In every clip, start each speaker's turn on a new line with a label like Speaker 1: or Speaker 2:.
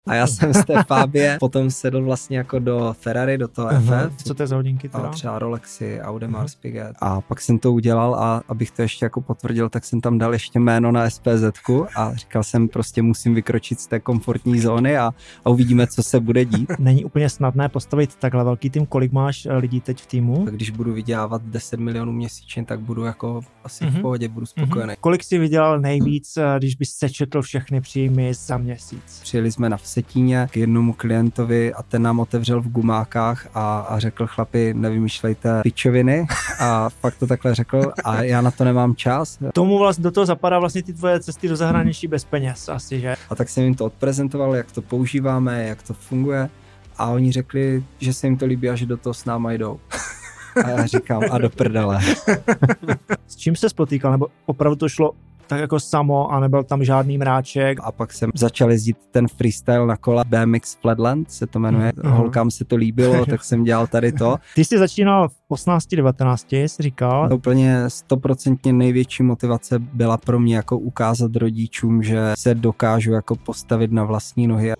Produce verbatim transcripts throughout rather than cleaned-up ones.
Speaker 1: A já jsem z té Fabie potom sedl vlastně jako do Ferrari, do toho F F.
Speaker 2: Co to je za hodinky teda?
Speaker 1: A třeba Rolexy, Audemars Piguet. A pak jsem to udělal a abych to ještě jako potvrdil, tak jsem tam dal ještě jméno na SPZku a říkal jsem prostě musím vykročit z té komfortní zóny a, a uvidíme, co se bude dít.
Speaker 2: Není úplně snadné postavit takhle velký tým. Kolik máš lidí teď v týmu?
Speaker 1: Když budu vydělávat deset milionů měsíčně, tak budu jako asi mm-hmm. v pohodě, budu spokojený.
Speaker 2: Mm-hmm. Kolik jsi vydělal nejvíc, když bys sečetl všechny příjmy za měsíc?
Speaker 1: Přijeli jsme na Vsetíně k jednomu klientovi a ten nám otevřel v gumákách a, a řekl chlapi, nevymýšlejte pičoviny a fakt to takhle řekl a já na to nemám čas.
Speaker 2: Tomu vlastně do toho zapadá vlastně ty tvoje cesty do zahraničí bez peněz asi, že?
Speaker 1: A tak jsem jim to odprezentoval, jak to používáme, jak to funguje a oni řekli, že se jim to líbí a že do toho s náma jdou. A já říkám, a do prdele.
Speaker 2: S čím se spotýkal, nebo opravdu to šlo tak jako samo a nebyl tam žádný mráček?
Speaker 1: A pak jsem začal jezdit ten freestyle na kola B M X Flatland, se to jmenuje. Uh-huh. Holkám se to líbilo, tak jsem dělal tady to.
Speaker 2: Ty jsi začínal v osmnácti devatenácti, jsi říkal.
Speaker 1: Úplně stoprocentně největší motivace byla pro mě jako ukázat rodičům, že se dokážu jako postavit na vlastní nohy.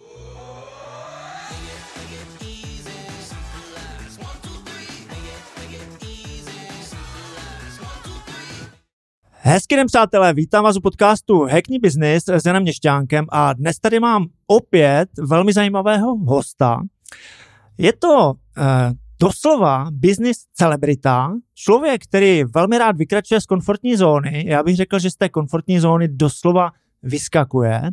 Speaker 2: Hezký den, přátelé, vítám vás u podcastu Hackni Business s Janem Měšťánkem a dnes tady mám opět velmi zajímavého hosta. Je to eh, doslova business celebrita, člověk, který velmi rád vykračuje z komfortní zóny. Já bych řekl, že z té komfortní zóny doslova vyskakuje.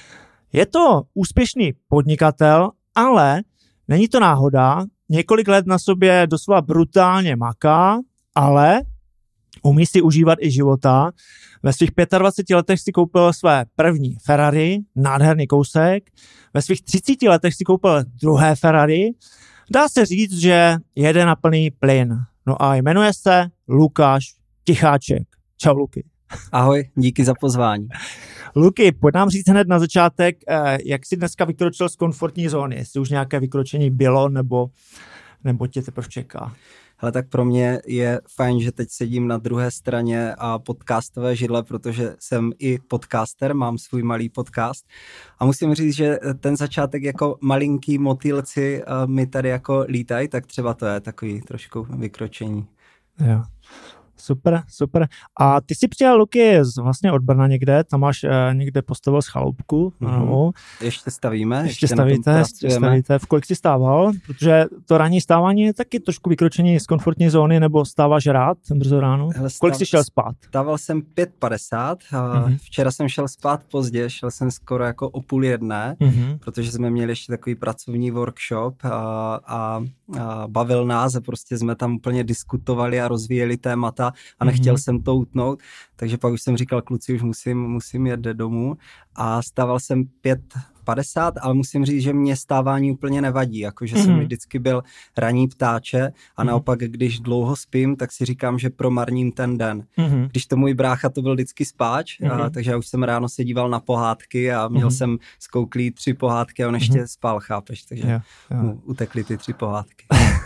Speaker 2: Je to úspěšný podnikatel, ale není to náhoda. Několik let na sobě doslova brutálně maká, ale umí si užívat i života. Ve svých dvaceti pěti letech si koupil své první Ferrari, nádherný kousek. Ve svých třiceti letech si koupil druhé Ferrari. Dá se říct, že jede na plný plyn. No a jmenuje se Lukáš Ticháček. Čau, Luky.
Speaker 1: Ahoj, díky za pozvání.
Speaker 2: Luky, pojď nám říct hned na začátek, jak jsi dneska vykročil z komfortní zóny. Jestli už nějaké vykročení bylo, nebo, nebo tě teprve čeká.
Speaker 1: Hele, tak pro mě je fajn, že teď sedím na druhé straně a podcastové židle, protože jsem i podcaster, mám svůj malý podcast a musím říct, že ten začátek jako malinký motýlci mi tady jako lítají, tak třeba to je takový trošku vykročení.
Speaker 2: Jo. Super, super. A ty jsi přijel, Luky, z, vlastně od Brna někde, tam máš eh, někde postavil schaloupku.
Speaker 1: Mm-hmm.
Speaker 2: Ano.
Speaker 1: Ještě stavíme.
Speaker 2: Ještě, ještě stavíte, stavíte. V kolik jsi stával? Protože to ranní stávání je taky trošku vykročení z komfortní zóny, nebo stáváš rád brzo ráno? Hele, stav, kolik jsi šel spát?
Speaker 1: Stával jsem pět padesát. Mm-hmm. Včera jsem šel spát pozdě, šel jsem skoro jako o půl jedné, mm-hmm. protože jsme měli ještě takový pracovní workshop a, a, a bavil nás a prostě jsme tam úplně diskutovali a rozvíjeli témata a nechtěl mm-hmm. jsem to utnout, takže pak už jsem říkal, kluci, už musím, musím jet domů a stával jsem pět padesát, ale musím říct, že mě stávání úplně nevadí, jakože mm-hmm. jsem vždycky byl ranní ptáče a mm-hmm. naopak, když dlouho spím, tak si říkám, že promarním ten den. Mm-hmm. Když to můj brácha, to byl vždycky spáč, mm-hmm. a, takže já už jsem ráno se díval na pohádky a měl mm-hmm. jsem skouklý tři pohádky a on ještě mm-hmm. spal, chápeš, takže jo, jo. mu utekly ty tři pohádky.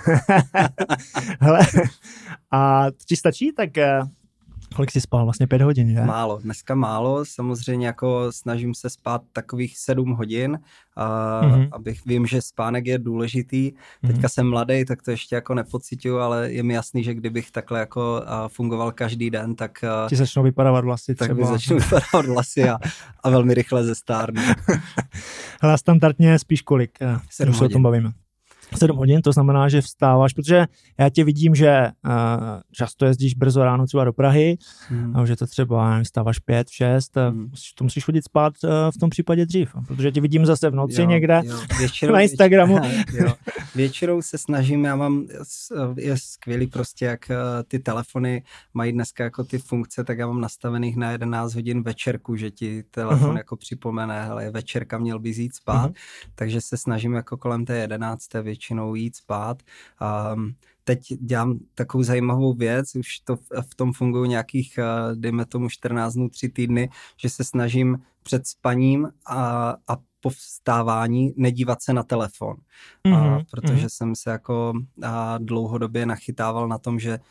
Speaker 2: Hele, a ti stačí, tak kolik jsi spal? Vlastně pět hodin, že?
Speaker 1: Málo, dneska málo, samozřejmě jako snažím se spát takových sedm hodin, a mm-hmm. abych, vím, že spánek je důležitý, teďka mm-hmm. jsem mladý, tak to ještě jako nepocituju, ale je mi jasný, že kdybych takhle jako fungoval každý den, tak
Speaker 2: ti začnou vypadávat vlasy
Speaker 1: tak
Speaker 2: třeba.
Speaker 1: Tak mi začnou vypadávat vlasy a, a velmi rychle zestárnu.
Speaker 2: Hele, standardně spíš kolik?
Speaker 1: sedm
Speaker 2: se o tom bavíme. sedm hodin, to znamená, že vstáváš, protože já tě vidím, že uh, často jezdíš brzo ráno třeba do Prahy hmm. a už je to třeba, nevím, vstáváš pět, šest, hmm. to musíš chodit spát uh, v tom případě dřív, protože tě vidím zase v noci jo, někde
Speaker 1: jo. Většinou,
Speaker 2: na Instagramu.
Speaker 1: Jo. Většinou se snažím, já mám, je skvělý prostě, jak uh, ty telefony mají dneska jako ty funkce, tak já mám nastavených na jedenáct hodin večerku, že ti telefon uh-huh. jako připomene, hele, večerka měl bys jít spát, uh-huh. takže se snažím jako kolem té jedenácté většinou jít spát. Um, teď dělám takovou zajímavou věc, už to v, v tom fungují nějakých, uh, dejme tomu čtrnáct dnů, tři týdny, že se snažím před spaním a, a po vstávání nedívat se na telefon. Mm-hmm. A, protože mm-hmm. jsem se jako a, dlouhodobě nachytával na tom, že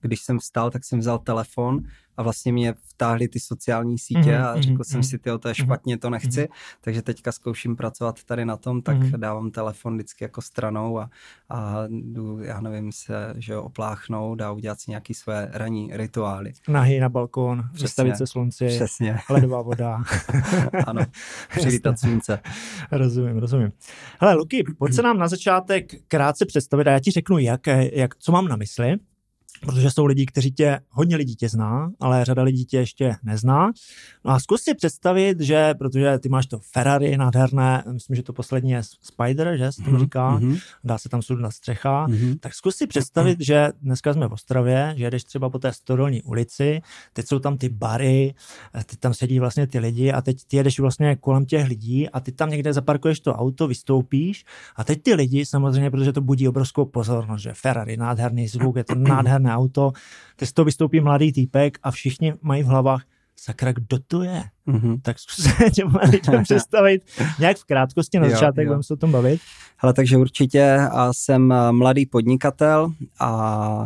Speaker 1: když jsem vstal, tak jsem vzal telefon a vlastně mě vtáhly ty sociální sítě mm, a řekl mm, jsem si, tyjo, to je špatně, to nechci, mm. takže teďka zkouším pracovat tady na tom, tak mm. dávám telefon vždycky jako stranou a, a jdu, já nevím, se, že jo, opláchnout a udělat si nějaký své ranní rituály.
Speaker 2: Nahý na balkón, představit se slunci,
Speaker 1: přesně.
Speaker 2: Ledová voda.
Speaker 1: Ano, přivítat slunce.
Speaker 2: Rozumím, rozumím. Hele, Luky, pojď se nám na začátek krátce představit a já ti řeknu, jak, jak, co mám na mysli. Protože jsou lidi, kteří tě, hodně lidí tě zná, ale řada lidí tě ještě nezná. No a zkus si představit, že, protože ty máš to Ferrari nádherné, myslím, že to poslední je Spider, že se tomu říká, mm-hmm. dá se tam sudna střecha, mm-hmm. tak zkus si představit, že dneska jsme v Ostravě, že jedeš třeba po té Stodolní ulici, teď jsou tam ty bary, teď tam sedí vlastně ty lidi a teď ty jedeš vlastně kolem těch lidí a ty tam někde zaparkuješ to auto, vystoupíš a teď ty lidi samozřejmě, protože to budí obrovskou pozornost, že Ferrari, nádherný zvuk, je to nádherné auto, teď z toho vystoupí mladý týpek a všichni mají v hlavách, sakra, kdo to je? Mm-hmm. Tak zkus se těm lidem představit nějak v krátkosti na začátek, budeme se o tom bavit.
Speaker 1: Hele, takže určitě jsem mladý podnikatel a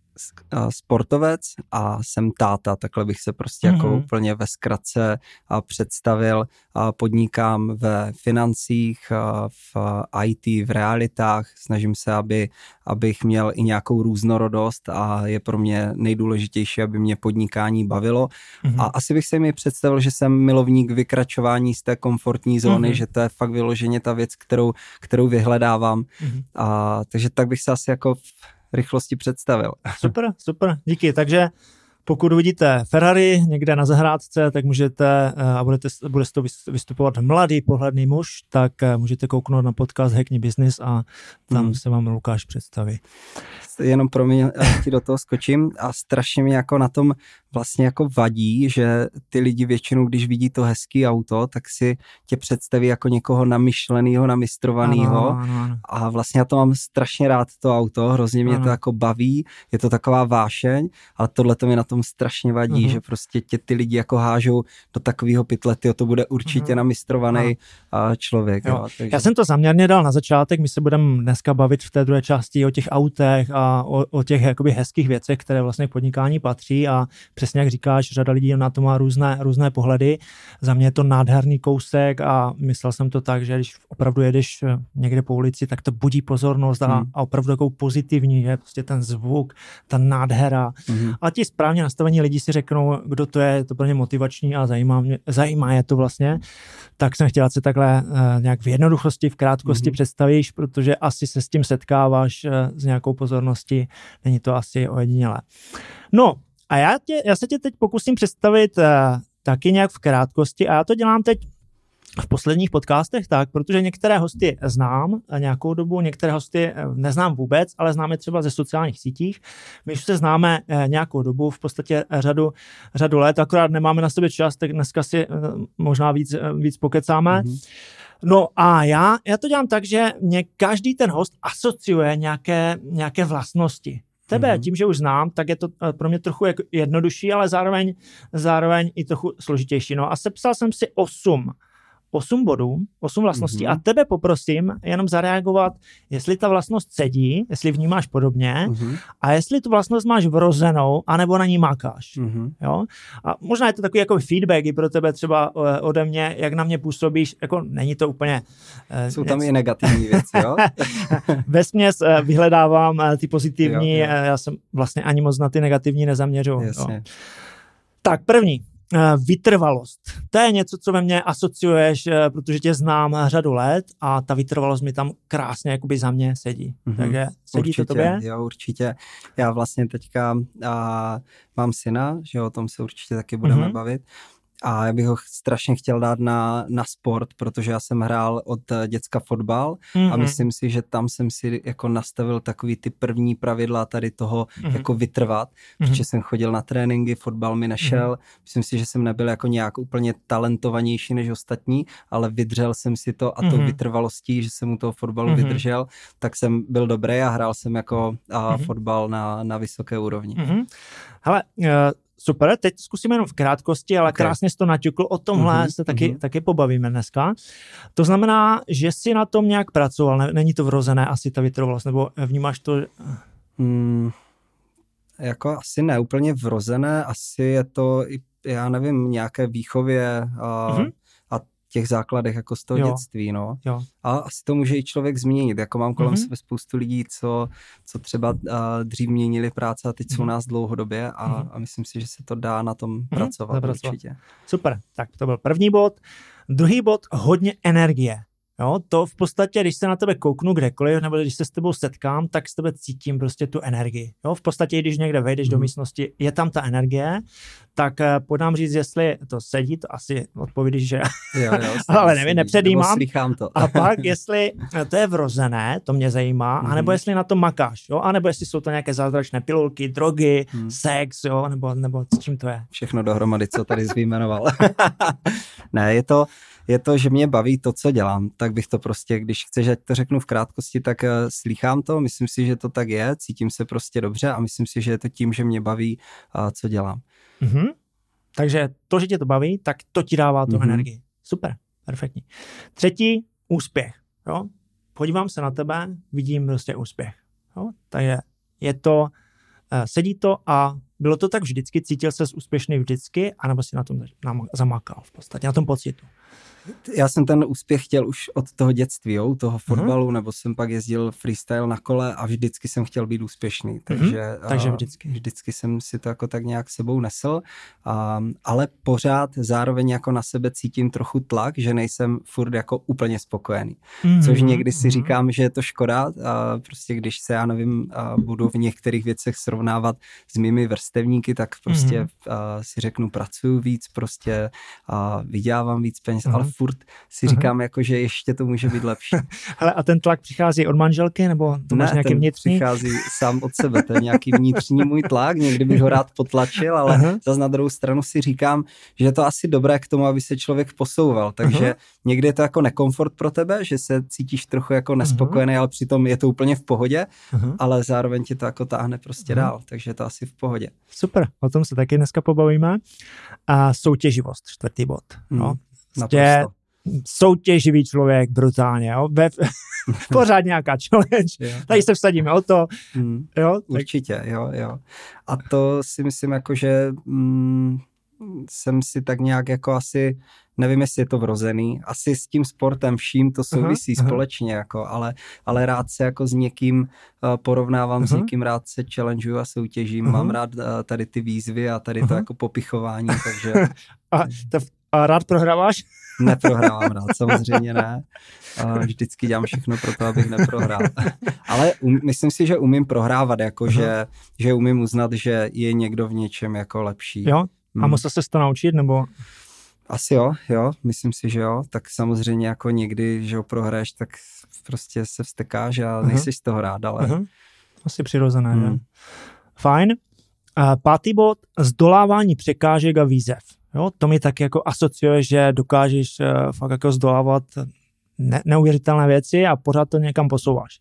Speaker 1: sportovec a jsem táta, takhle bych se prostě mm-hmm. jako úplně ve zkratce představil. Podnikám ve financích, v í té, v realitách, snažím se, aby, abych měl i nějakou různorodost a je pro mě nejdůležitější, aby mě podnikání bavilo. Mm-hmm. A asi bych se mi představil, že jsem milovník vykračování z té komfortní zóny, mm-hmm. že to je fakt vyloženě ta věc, kterou, kterou vyhledávám. Mm-hmm. A, takže tak bych se asi jako v rychlosti představil.
Speaker 2: Super, super, díky. Takže pokud uvidíte Ferrari někde na zahrádce, tak můžete a budete, bude to vystupovat mladý pohledný muž, tak můžete kouknout na podcast Hackni Business a tam hmm. se vám Lukáš představí.
Speaker 1: Jenom pro mě ti do toho skočím a strašně mi jako na tom vlastně jako vadí, že ty lidi většinou, když vidí to hezký auto, tak si tě představí jako někoho namyšlenýho, namistrovanýho ano, ano, ano. a vlastně já to mám strašně rád to auto, hrozně mě ano. to jako baví, je to taková vášeň, ale tohle to mi na tom strašně vadí, uh-huh. že prostě tě ty lidi jako hážou do takového pytle, tyjo, to bude určitě uh-huh. namistrovaný uh-huh. člověk. Jo. Jo, takže...
Speaker 2: Já jsem to záměrně dal na začátek, my se budeme dneska bavit v té druhé části o těch autech a o, o těch jakoby hezkých věcech, které vlastně k podnikání patří a přesně jak říkáš, řada lidí na to má různé, různé pohledy. Za mě je to nádherný kousek a myslel jsem to tak, že když opravdu jedeš někde po ulici, tak to budí pozornost a, hmm. a opravdu takovou pozitivní, že prostě ten zvuk, ta nádhera. Hmm. A ti správně nastavení lidi si řeknou, kdo to je, je to pro ně motivační a zajímá, mě, zajímá je to vlastně. Tak jsem chtěla se takhle uh, nějak v jednoduchosti, v krátkosti hmm. představíš, protože asi se s tím setkáváš uh, s nějakou pozorností. Není to asi ojedinělé. No, a já, tě, já se tě teď pokusím představit uh, taky nějak v krátkosti a já to dělám teď v posledních podcastech tak, protože některé hosty znám nějakou dobu, některé hosty neznám vůbec, ale známe třeba ze sociálních sítích. My už se známe uh, nějakou dobu, v podstatě řadu, řadu let, akorát nemáme na sobě čas, tak dneska si uh, možná víc, uh, víc pokecáme. Mm-hmm. No a já, já to dělám tak, že mě každý ten host asociuje nějaké, nějaké vlastnosti. Tebe, mm-hmm. tím, že už znám, tak je to pro mě trochu jednodušší, ale zároveň, zároveň i trochu složitější. No a sepsal jsem si osm, osm bodů, osm vlastností mm-hmm. a tebe poprosím jenom zareagovat, jestli ta vlastnost sedí, jestli vnímáš podobně mm-hmm. a jestli tu vlastnost máš vrozenou, anebo na ní makáš. Mm-hmm. Jo? A možná je to takový jako feedback i pro tebe třeba ode mě, jak na mě působíš, jako není to úplně...
Speaker 1: Jsou tam něco... i negativní věci, jo?
Speaker 2: Vesměs vyhledávám ty pozitivní, jo, jo. Já jsem vlastně ani moc na ty negativní nezaměřuju.
Speaker 1: Jasně.
Speaker 2: Tak první. Vytrvalost. To je něco, co ve mně asociuješ, protože tě znám řadu let a ta vytrvalost mi tam krásně jakoby za mě sedí. Mm-hmm. Takže sedí
Speaker 1: určitě,
Speaker 2: to tobě?
Speaker 1: Jo, určitě. Já vlastně teďka a, mám syna, že o tom se určitě taky budeme mm-hmm. bavit. A já bych ho strašně chtěl dát na, na sport, protože já jsem hrál od děcka fotbal mm-hmm. a myslím si, že tam jsem si jako nastavil takový ty první pravidla tady toho mm-hmm. jako vytrvat, mm-hmm. protože jsem chodil na tréninky, fotbal mi nešel, mm-hmm. myslím si, že jsem nebyl jako nějak úplně talentovanější než ostatní, ale vydržel jsem si to a mm-hmm. tou vytrvalostí, že jsem u toho fotbalu mm-hmm. vydržel, tak jsem byl dobrý a hrál jsem jako a, mm-hmm. fotbal na, na vysoké úrovni. Mm-hmm.
Speaker 2: Hele, uh... super, teď zkusíme jenom v krátkosti, ale okay. krásně jsi to naťukl, o tomhle mm-hmm, se taky, mm-hmm. taky pobavíme dneska. To znamená, že jsi na tom nějak pracoval, není to vrozené asi ta vytrvalost, nebo vnímáš to?
Speaker 1: Mm, jako asi ne úplně vrozené, asi je to, já nevím, nějaké výchově a, mm-hmm. a těch základech jako z toho jo. dětství, no.
Speaker 2: Jo.
Speaker 1: A asi to může i člověk změnit, jako mám kolem mm-hmm. sebe spoustu lidí, co, co třeba a, dřív měnili práce a teď jsou mm-hmm. nás dlouhodobě a, mm-hmm. a myslím si, že se to dá na tom mm-hmm. pracovat, pracovat určitě.
Speaker 2: Super, tak to byl první bod. Druhý bod, hodně energie. Jo, to v podstatě, když se na tebe kouknu kdekoliv, nebo když se s tebou setkám, tak s tebe cítím prostě tu energii. Jo, v podstatě, když někde vejdeš mm. do místnosti, je tam ta energie, tak podám říct, jestli to sedí, to asi odpovídíš, že
Speaker 1: jo, jo,
Speaker 2: ale nevím, nepředjímám.
Speaker 1: To.
Speaker 2: A pak, jestli to je vrozené, to mě zajímá, mm. anebo jestli na to makáš, jo, anebo jestli jsou to nějaké zázračné pilulky, drogy, mm. sex, jo, nebo, nebo s čím to je.
Speaker 1: Všechno dohromady, co tady vyjmenoval. Ne, je to Je to, že mě baví to, co dělám, tak bych to prostě, když chceš, ať to řeknu v krátkosti, tak uh, slýchám to, myslím si, že to tak je, cítím se prostě dobře a myslím si, že je to tím, že mě baví, uh, co dělám.
Speaker 2: Mm-hmm. Takže to, že tě to baví, tak to ti dává tu mm-hmm. energii. Super, perfektní. Třetí, úspěch. Jo? Podívám se na tebe, vidím prostě úspěch. Jo? Takže je to, uh, sedí to a bylo to tak vždycky, cítil ses úspěšný vždycky, anebo si na tom zamakal v podstatě, na tom pocitu?
Speaker 1: Já jsem ten úspěch chtěl už od toho dětství, jo, toho fotbalu, uh-huh. nebo jsem pak jezdil freestyle na kole a vždycky jsem chtěl být úspěšný, takže, uh-huh.
Speaker 2: takže vždycky.
Speaker 1: vždycky jsem si to jako tak nějak sebou nesl, a, ale pořád zároveň jako na sebe cítím trochu tlak, že nejsem furt jako úplně spokojený, uh-huh. což někdy si uh-huh. říkám, že je to škoda, a prostě když se, já nevím, budu v některých věcech srovnávat s mými vrstevníky, tak prostě uh-huh. a, si řeknu, pracuju víc, prostě a vydělávám víc peněz, uh-huh. ale furt si říkám, uh-huh. jako, že ještě to může být lepší.
Speaker 2: Hele, a ten tlak přichází od manželky, nebo to máš
Speaker 1: ne,
Speaker 2: nějaký
Speaker 1: ten
Speaker 2: vnitřní?
Speaker 1: přichází sám od sebe, to je nějaký vnitřní můj tlak, někdy bych ho rád potlačil, ale uh-huh. zase na druhou stranu si říkám, že je to asi dobré k tomu, aby se člověk posouval, takže uh-huh. někdy je to jako nekomfort pro tebe, že se cítíš trochu jako nespokojený, uh-huh. ale přitom je to úplně v pohodě, uh-huh. ale zároveň tě to jako táhne prostě uh-huh. dál, takže je to asi v pohodě.
Speaker 2: Super, o tom se taky dneska pobavíme. A soutěživost, čtvrtý bod. Hmm. No. Naprosto. Soutěživý člověk, brutálně, jo. Ve, pořád nějaká challenge, jo. Tady se vsadíme o to.
Speaker 1: Hmm.
Speaker 2: Jo,
Speaker 1: určitě, jo, jo. A to si myslím, jako, že mm, jsem si tak nějak jako asi, nevím, jestli je to vrozený, asi s tím sportem vším to souvisí aha, společně, aha. jako, ale, ale rád se jako s někým uh, porovnávám, aha. s někým rád se challengeuju a soutěžím, aha. mám rád uh, tady ty výzvy a tady aha. to jako popichování, takže...
Speaker 2: a, to, a rád prohráváš?
Speaker 1: Neprohrávám rád, samozřejmě ne. Uh, vždycky dělám všechno pro to, abych neprohrál. Ale um, myslím si, že umím prohrávat, jako že, že umím uznat, že je někdo v něčem jako lepší.
Speaker 2: Jo? A hmm. musel ses to naučit, nebo...
Speaker 1: Asi jo, jo, myslím si, že jo. Tak samozřejmě jako někdy, že ho prohraješ, tak prostě se vztekáš a uh-huh. nejsi z toho rád, ale... Uh-huh.
Speaker 2: Asi přirozené, hmm. že? Fajn. A pátý bod, zdolávání překážek a výzev. Jo, to mi tak jako asociuje, že dokážeš uh, fakt jako zdolávat ne- neuvěřitelné věci a pořád to někam posouváš.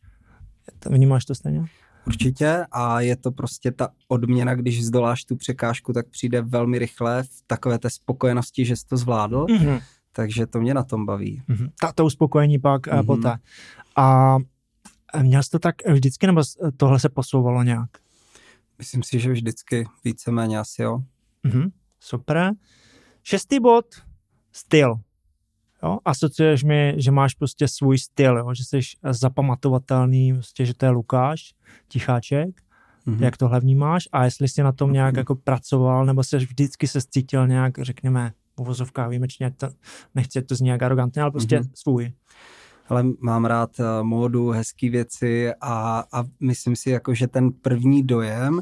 Speaker 2: Vnímáš to stejně?
Speaker 1: Určitě a je to prostě ta odměna, když zdoláš tu překážku, tak přijde velmi rychle v takové té spokojenosti, že jsi to zvládl, mm-hmm. takže to mě na tom baví.
Speaker 2: Mm-hmm. Tato uspokojení pak mm-hmm. poté. A měl jsi to tak vždycky, nebo tohle se posouvalo nějak?
Speaker 1: Myslím si, že vždycky víceméně asi jo.
Speaker 2: Mm-hmm. Super. Šestý bod, styl. Jo? Asociuješ mi, že máš prostě svůj styl, jo? Že jsi zapamatovatelný, prostě, že to je Lukáš Ticháček, mm-hmm. jak tohle vnímáš a jestli jsi na tom nějak mm-hmm. jako pracoval, nebo jsi vždycky se cítil nějak, řekněme, v uvozovkách výjimečně, to, nechci to zní nějak arrogantně, ale prostě mm-hmm. svůj.
Speaker 1: Ale mám rád uh, módu, hezký věci a, a myslím si, jako, že ten první dojem uh,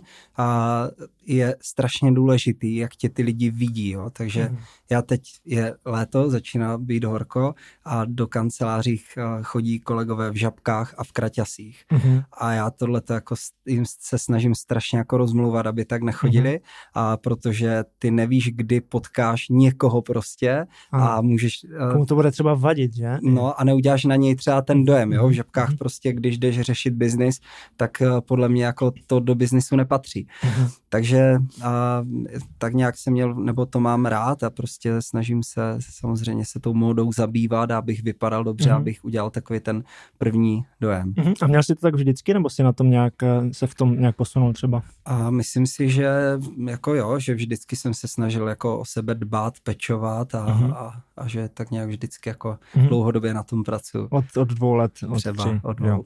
Speaker 1: je strašně důležitý, jak tě ty lidi vidí, jo? Takže mm. já teď je léto, začíná být horko a do kancelářích uh, chodí kolegové v žabkách a v kraťasích. Mm. A já tohleto jako jim se snažím strašně jako rozmluvat, aby tak nechodili, mm. a protože ty nevíš, kdy potkáš někoho prostě a, a můžeš...
Speaker 2: Uh, komu to bude třeba vadit, že?
Speaker 1: No a neuděláš na něj třeba ten dojem, jo? V žabkách prostě, když jdeš řešit biznis, tak uh, podle mě jako to do biznisu nepatří. Mm. Takže takže a, tak nějak jsem měl, nebo to mám rád a prostě snažím se samozřejmě se tou módou zabývat, abych vypadal dobře, mm-hmm. abych udělal takový ten první dojem.
Speaker 2: Mm-hmm. A měl jsi to tak vždycky, nebo si na tom nějak se v tom nějak posunul třeba?
Speaker 1: A myslím si, že jako jo, že vždycky jsem se snažil jako o sebe dbát, pečovat a, mm-hmm. a, a že tak nějak vždycky jako mm-hmm. dlouhodobě na tom pracuji.
Speaker 2: Od, od dvou let. Od
Speaker 1: třeba
Speaker 2: tři.
Speaker 1: od dvou.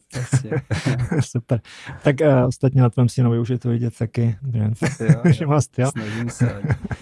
Speaker 2: Super. Tak uh, ostatně na tvém synovi už je to vidět taky.
Speaker 1: Jo, jo. Mast, jo? Snažím se.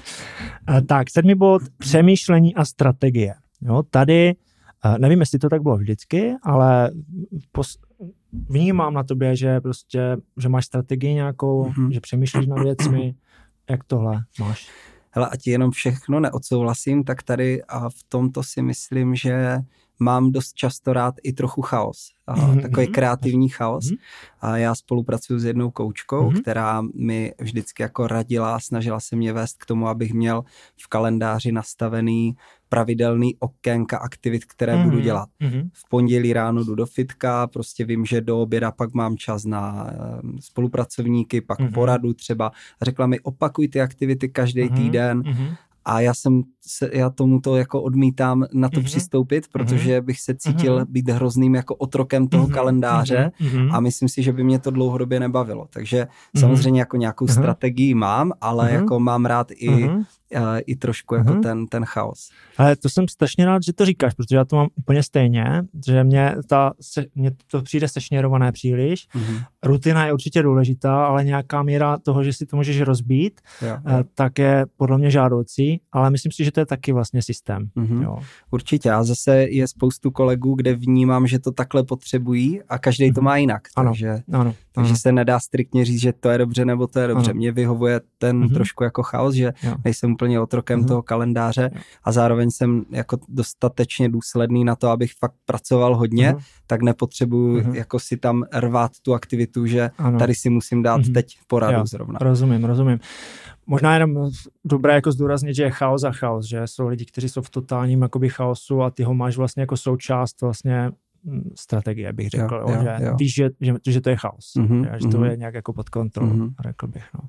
Speaker 2: uh, tak, sedmý bod, přemýšlení a strategie. Jo, tady, uh, nevím, jestli to tak bylo vždycky, ale pos- vnímám na tobě, že prostě, že máš strategii nějakou, mm-hmm. že přemýšlíš nad věcmi. Jak tohle máš?
Speaker 1: Hele, ať jenom všechno neodsouhlasím, tak tady a v tomto si myslím, že mám dost často rád i trochu chaos. A mm-hmm. takový kreativní chaos. Mm-hmm. A já spolupracuji s jednou koučkou, mm-hmm. která mi vždycky jako radila a snažila se mě vést k tomu, abych měl v kalendáři nastavený pravidelný okénka aktivit, které mm-hmm. budu dělat. Mm-hmm. V pondělí ráno jdu do fitka, prostě vím, že do oběda pak mám čas na um, spolupracovníky, pak mm-hmm. poradu třeba. Řekla mi, opakuj ty aktivity každý mm-hmm. týden. Mm-hmm. A já jsem se, já tomuto jako odmítám na to mm-hmm. přistoupit, protože bych se cítil mm-hmm. být hrozným jako otrokem toho mm-hmm. kalendáře mm-hmm. a myslím si, že by mě to dlouhodobě nebavilo. Takže mm-hmm. samozřejmě jako nějakou mm-hmm. strategii mám, ale mm-hmm. jako mám rád i, mm-hmm. uh, i trošku jako mm-hmm. ten, ten chaos.
Speaker 2: Ale to jsem strašně rád, že to říkáš, protože já to mám úplně stejně, že mě, ta, se, mě to přijde sešněrované příliš. Mm-hmm. Rutina je určitě důležitá, ale nějaká míra toho, že si to můžeš rozbít, jo, jo. tak je podle mě žádoucí, ale myslím si, že to je taky vlastně systém. Mm-hmm. Jo.
Speaker 1: Určitě. A zase je spoustu kolegů, kde vnímám, že to takhle potřebují a každý mm-hmm. to má jinak.
Speaker 2: Ano.
Speaker 1: Takže,
Speaker 2: ano.
Speaker 1: takže
Speaker 2: ano.
Speaker 1: se nedá striktně říct, že to je dobře nebo to je dobře. Ano. Mně vyhovuje ten mm-hmm. trošku jako chaos, že jo. nejsem úplně otrokem mm-hmm. toho kalendáře jo. a zároveň jsem jako dostatečně důsledný na to, abych fakt pracoval hodně, mm-hmm. tak nepotřebuji mm-hmm. jako si tam rvát tu aktivitu, že ano. tady si musím dát mm-hmm. teď poradu jo. zrovna.
Speaker 2: Rozumím, rozumím. Možná jenom dobré jako zdůraznit, že je chaos a chaos, že jsou lidi, kteří jsou v totálním jakoby chaosu a ty ho máš vlastně jako součást vlastně strategie, bych řekl, jo, jo, že jo. víš, že, že, že to je chaos, mm-hmm, že to mm-hmm. je nějak jako pod kontrolou, mm-hmm. řekl bych. No.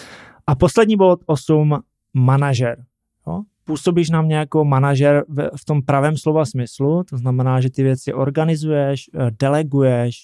Speaker 2: A poslední bod osm, manažer. Jo? Působíš na mě jako manažer v, v tom pravém slova smyslu, to znamená, že ty věci organizuješ, deleguješ,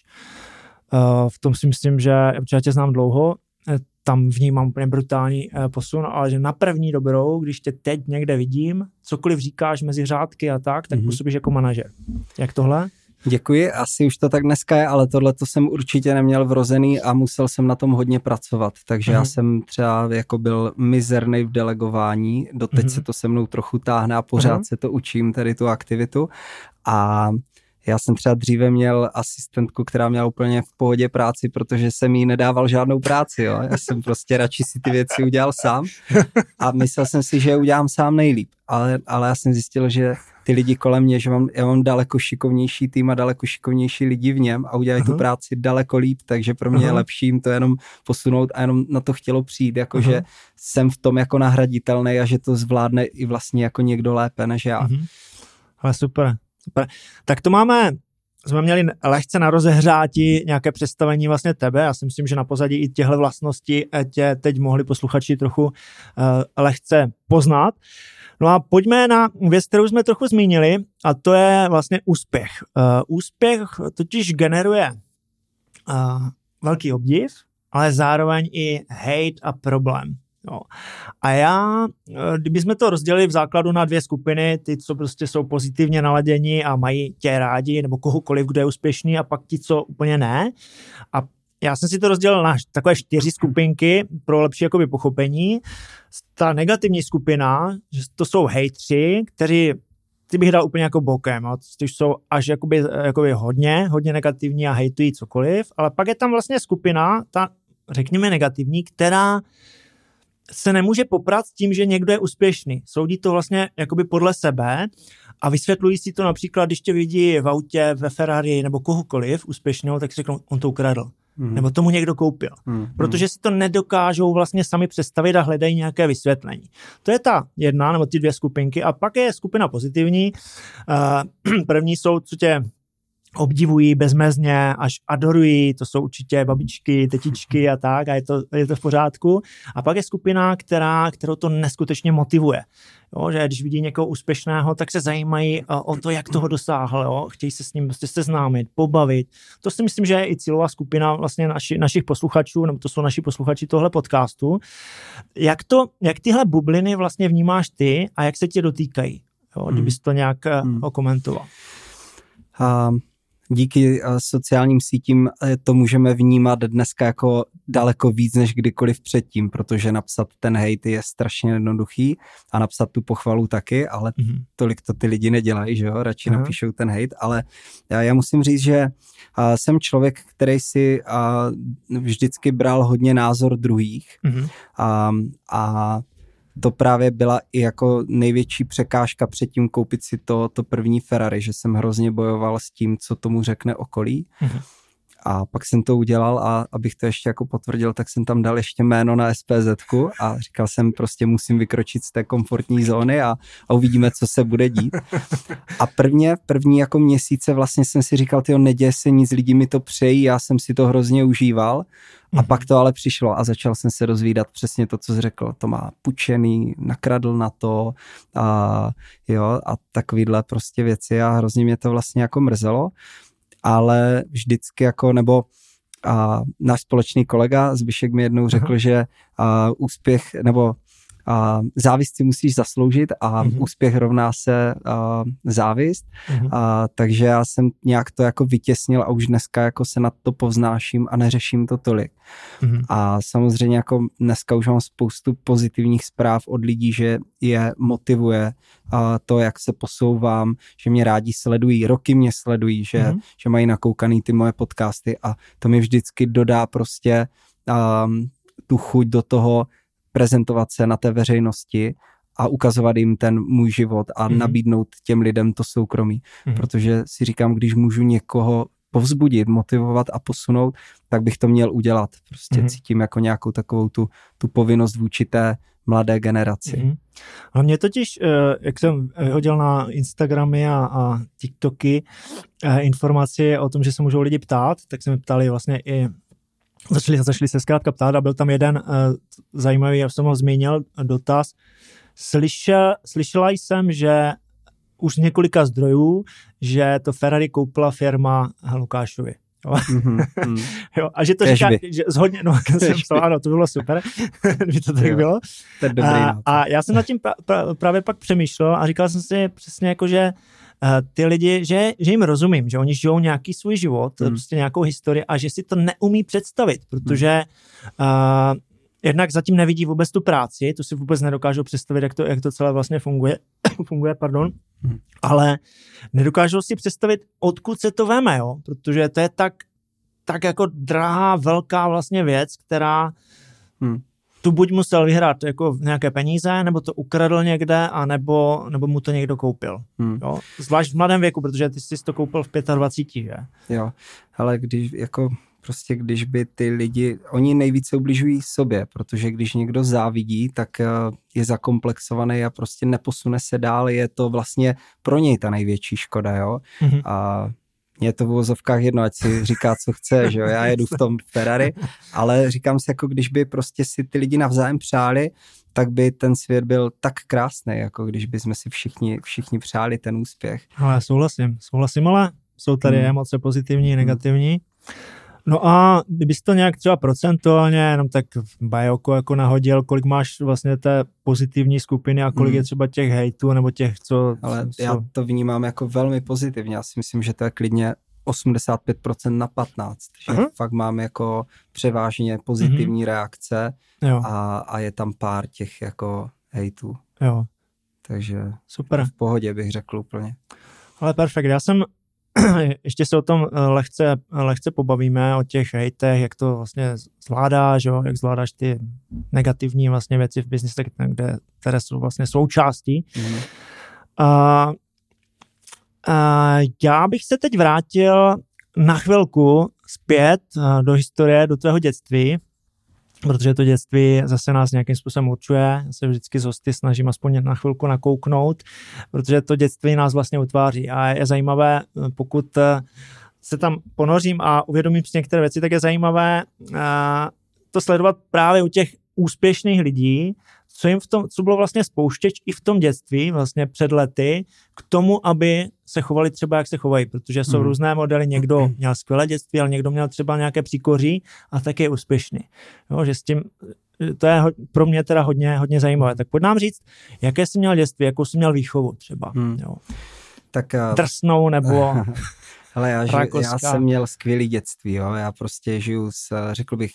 Speaker 2: v tom si myslím, že já tě znám dlouho, tam vnímám úplně brutální posun, ale že na první dobrou, když tě teď někde vidím, cokoliv říkáš mezi řádky a tak, tak mm-hmm. působíš jako manažer. Jak tohle?
Speaker 1: Děkuji, asi už to tak dneska je, ale tohle to jsem určitě neměl vrozený a musel jsem na tom hodně pracovat, takže mm-hmm. já jsem třeba jako byl mizernej v delegování, doteď mm-hmm. se to se mnou trochu táhne a pořád mm-hmm. se to učím, tady tu aktivitu a já jsem třeba dříve měl asistentku, která měla úplně v pohodě práci, protože jsem jí nedával žádnou práci, jo. Já jsem prostě radši si ty věci udělal sám a myslel jsem si, že je udělám sám nejlíp, ale, ale já jsem zjistil, že ty lidi kolem mě, že mám, já mám daleko šikovnější tým a daleko šikovnější lidi v něm a udělají uh-huh. tu práci daleko líp, takže pro mě uh-huh. je lepší jim to jenom posunout a jenom na to chtělo přijít, jakože uh-huh. jsem v tom jako nahraditelný a že to zvládne i vlastně jako někdo lépe než já.
Speaker 2: Uh-huh. Ale super. Super. Tak to máme, jsme měli lehce na rozehřátí nějaké představení vlastně tebe. Já si myslím, že na pozadí i těchto vlastností tě teď mohli posluchači trochu uh, lehce poznat. No a pojďme na věc, kterou jsme trochu zmínili, a to je vlastně úspěch. Uh, úspěch totiž generuje uh, velký obdiv, ale zároveň i hate a problém. Jo. A já, kdybychom to rozdělili v základu na dvě skupiny, ty, co prostě jsou pozitivně naladěni a mají tě rádi, nebo kohokoliv, kdo je úspěšný, a pak ti, co úplně ne. A já jsem si to rozdělil na takové čtyři skupinky pro lepší jakoby pochopení. Ta negativní skupina, že to jsou hejtři, kteří ty bych dal úplně jako bokem, jo, což jsou až jakoby, jakoby hodně, hodně negativní a hejtují cokoliv, ale pak je tam vlastně skupina, ta řekněme negativní, která se nemůže poprat s tím, že někdo je úspěšný. Soudí to vlastně jakoby podle sebe a vysvětlují si to například, když tě vidí v autě, ve Ferrari nebo kohokoliv úspěšného, tak si řeknou, on to ukradl. Mm. Nebo tomu někdo koupil. Mm. Protože si to nedokážou vlastně sami představit a hledají nějaké vysvětlení. To je ta jedna nebo ty dvě skupinky. A pak je skupina pozitivní. První jsou, co tě obdivují bezmezně, až adorují, to jsou určitě babičky, tetičky a tak a je to, je to v pořádku. A pak je skupina, která, kterou to neskutečně motivuje. Jo, že když vidí někoho úspěšného, tak se zajímají o to, jak toho dosáhl, jo? Chtějí se s ním prostě seznámit, pobavit. To si myslím, že je i cílová skupina vlastně naši, našich posluchačů, nebo to jsou naši posluchači tohle podcastu. Jak, to, jak tyhle bubliny vlastně vnímáš ty a jak se tě dotýkají? Jo? Kdybys to nějak hmm. okomentoval.
Speaker 1: Um. Díky sociálním sítím to můžeme vnímat dneska jako daleko víc než kdykoliv předtím, protože napsat ten hejt je strašně jednoduchý a napsat tu pochvalu taky, ale mm-hmm. tolik to ty lidi nedělají, že jo, radši Aha. napíšou ten hejt, ale já, já musím říct, že a, jsem člověk, který si a, vždycky bral hodně názor druhých mm-hmm. a, a to právě byla i jako největší překážka předtím koupit si to, to první Ferrari, že jsem hrozně bojoval s tím, co tomu řekne okolí. Mhm. A pak jsem to udělal a abych to ještě jako potvrdil, tak jsem tam dal ještě jméno na SPZku a říkal jsem prostě musím vykročit z té komfortní zóny a, a uvidíme, co se bude dít. A prvně, první jako měsíce vlastně jsem si říkal, tyjo, neděje se nic, lidi mi to přejí, já jsem si to hrozně užíval. A mm-hmm. pak to ale přišlo a začal jsem se rozvídat přesně to, co jsi řekl. To má pučený, nakradl na to a jo, a takovýhle prostě věci a hrozně mě to vlastně jako mrzelo, ale vždycky jako, nebo a náš společný kolega Zbyšek mi jednou řekl, uh-huh. že a, úspěch, nebo a, závist si musíš zasloužit a uh-huh. úspěch rovná se a, závist, uh-huh. a, takže já jsem nějak to jako vytěsnil a už dneska jako se nad to povznáším a neřeším to tolik. Uh-huh. A samozřejmě jako dneska už mám spoustu pozitivních zpráv od lidí, že je motivuje a to, jak se posouvám, že mě rádi sledují, roky mě sledují, že, uh-huh. že mají nakoukaný ty moje podcasty a to mi vždycky dodá prostě um, tu chuť do toho prezentovat se na té veřejnosti a ukazovat jim ten můj život a mm-hmm. nabídnout těm lidem to soukromí. Mm-hmm. Protože si říkám, když můžu někoho povzbudit, motivovat a posunout, tak bych to měl udělat. Prostě mm-hmm. cítím jako nějakou takovou tu, tu povinnost vůči té mladé generaci.
Speaker 2: Mm-hmm. A mě totiž, jak jsem hodil na Instagramy a, a TikToky informaci o tom, že se můžou lidi ptát, tak se mi ptali vlastně i Začali, začali se zkrátka ptát a byl tam jeden uh, zajímavý, já jsem ho zmínil, dotaz. Slyšel, slyšela jsem, že už z několika zdrojů, že to Ferrari koupila firma Lukášovi. Jo? Mm-hmm. jo, a že to říká, že zhodně, no, jsem psal, ano, to bylo super, kdyby to tak jo, bylo.
Speaker 1: To je dobrý
Speaker 2: a, a já jsem nad tím pra, pra, právě pak přemýšlel a říkal jsem si přesně jako, že Uh, ty lidi, že, že jim rozumím, že oni žijou nějaký svůj život, hmm. prostě nějakou historii a že si to neumí představit, protože uh, jednak zatím nevidí vůbec tu práci, to si vůbec nedokážou představit, jak to, jak to celé vlastně funguje, funguje, pardon, hmm. ale nedokážou si představit, odkud se to veme, jo, protože to je tak, tak jako drahá, velká vlastně věc, která hmm. tu buď musel vyhrát jako nějaké peníze, nebo to ukradl někde, a nebo, nebo mu to někdo koupil. Hmm. Jo? Zvlášť v mladém věku, protože ty jsi to koupil v dvaceti pěti, že?
Speaker 1: Jo, ale když jako prostě když by ty lidi, oni nejvíce ubližují sobě, protože když někdo závidí, tak je zakomplexovaný a prostě neposune se dál, je to vlastně pro něj ta největší škoda, jo. Mm-hmm. A mě je to v uvozovkách jedno, ať si říká, co chce, že jo, já jedu v tom Ferrari, ale říkám si, jako když by prostě si ty lidi navzájem přáli, tak by ten svět byl tak krásný, jako když by jsme si všichni, všichni přáli ten úspěch.
Speaker 2: Ale souhlasím, souhlasím, ale jsou tady hmm. emoce pozitivní i negativní. No a kdybys to nějak třeba procentuálně, jenom tak v bajoku jako nahodil, kolik máš vlastně té pozitivní skupiny a kolik hmm. je třeba těch hejtů nebo těch, co...
Speaker 1: Ale
Speaker 2: co...
Speaker 1: já to vnímám jako velmi pozitivně. Já si myslím, že to je klidně osmdesát pět procent na patnáct. Že uh-huh. fakt mám jako převážně pozitivní uh-huh. reakce a, a je tam pár těch jako hejtů.
Speaker 2: Jo.
Speaker 1: Takže
Speaker 2: super.
Speaker 1: V pohodě bych řekl úplně.
Speaker 2: Ale perfekt. Já jsem ještě se o tom lehce, lehce pobavíme, o těch hejtech, jak to vlastně zvládáš, jo? Jak zvládáš ty negativní vlastně věci v biznesu, kde, které jsou vlastně součástí. Mm. A, a já bych se teď vrátil na chvilku zpět do historie, do tvého dětství, protože to dětství zase nás nějakým způsobem určuje. Já se vždycky z hosty snažím aspoň na chvilku nakouknout, protože to dětství nás vlastně utváří. A je zajímavé, pokud se tam ponořím a uvědomím si některé věci, tak je zajímavé uh, to sledovat právě u těch úspěšných lidí, co jim v tom, co bylo vlastně spouštěč i v tom dětství, vlastně před lety, k tomu, aby se chovali třeba, jak se chovají, protože jsou mm. různé modely, někdo měl skvělé dětství, ale někdo měl třeba nějaké příkoří a tak je úspěšný. Jo, že s tím, to je pro mě teda hodně, hodně zajímavé. Tak pojď nám říct, jaké jsi měl dětství, jakou jsi měl výchovu třeba. Mm. Jo.
Speaker 1: Tak, uh,
Speaker 2: Drsnou nebo...
Speaker 1: Hele, já, žiju, já jsem měl skvělý dětství, jo. Já prostě žiju s, řekl bych,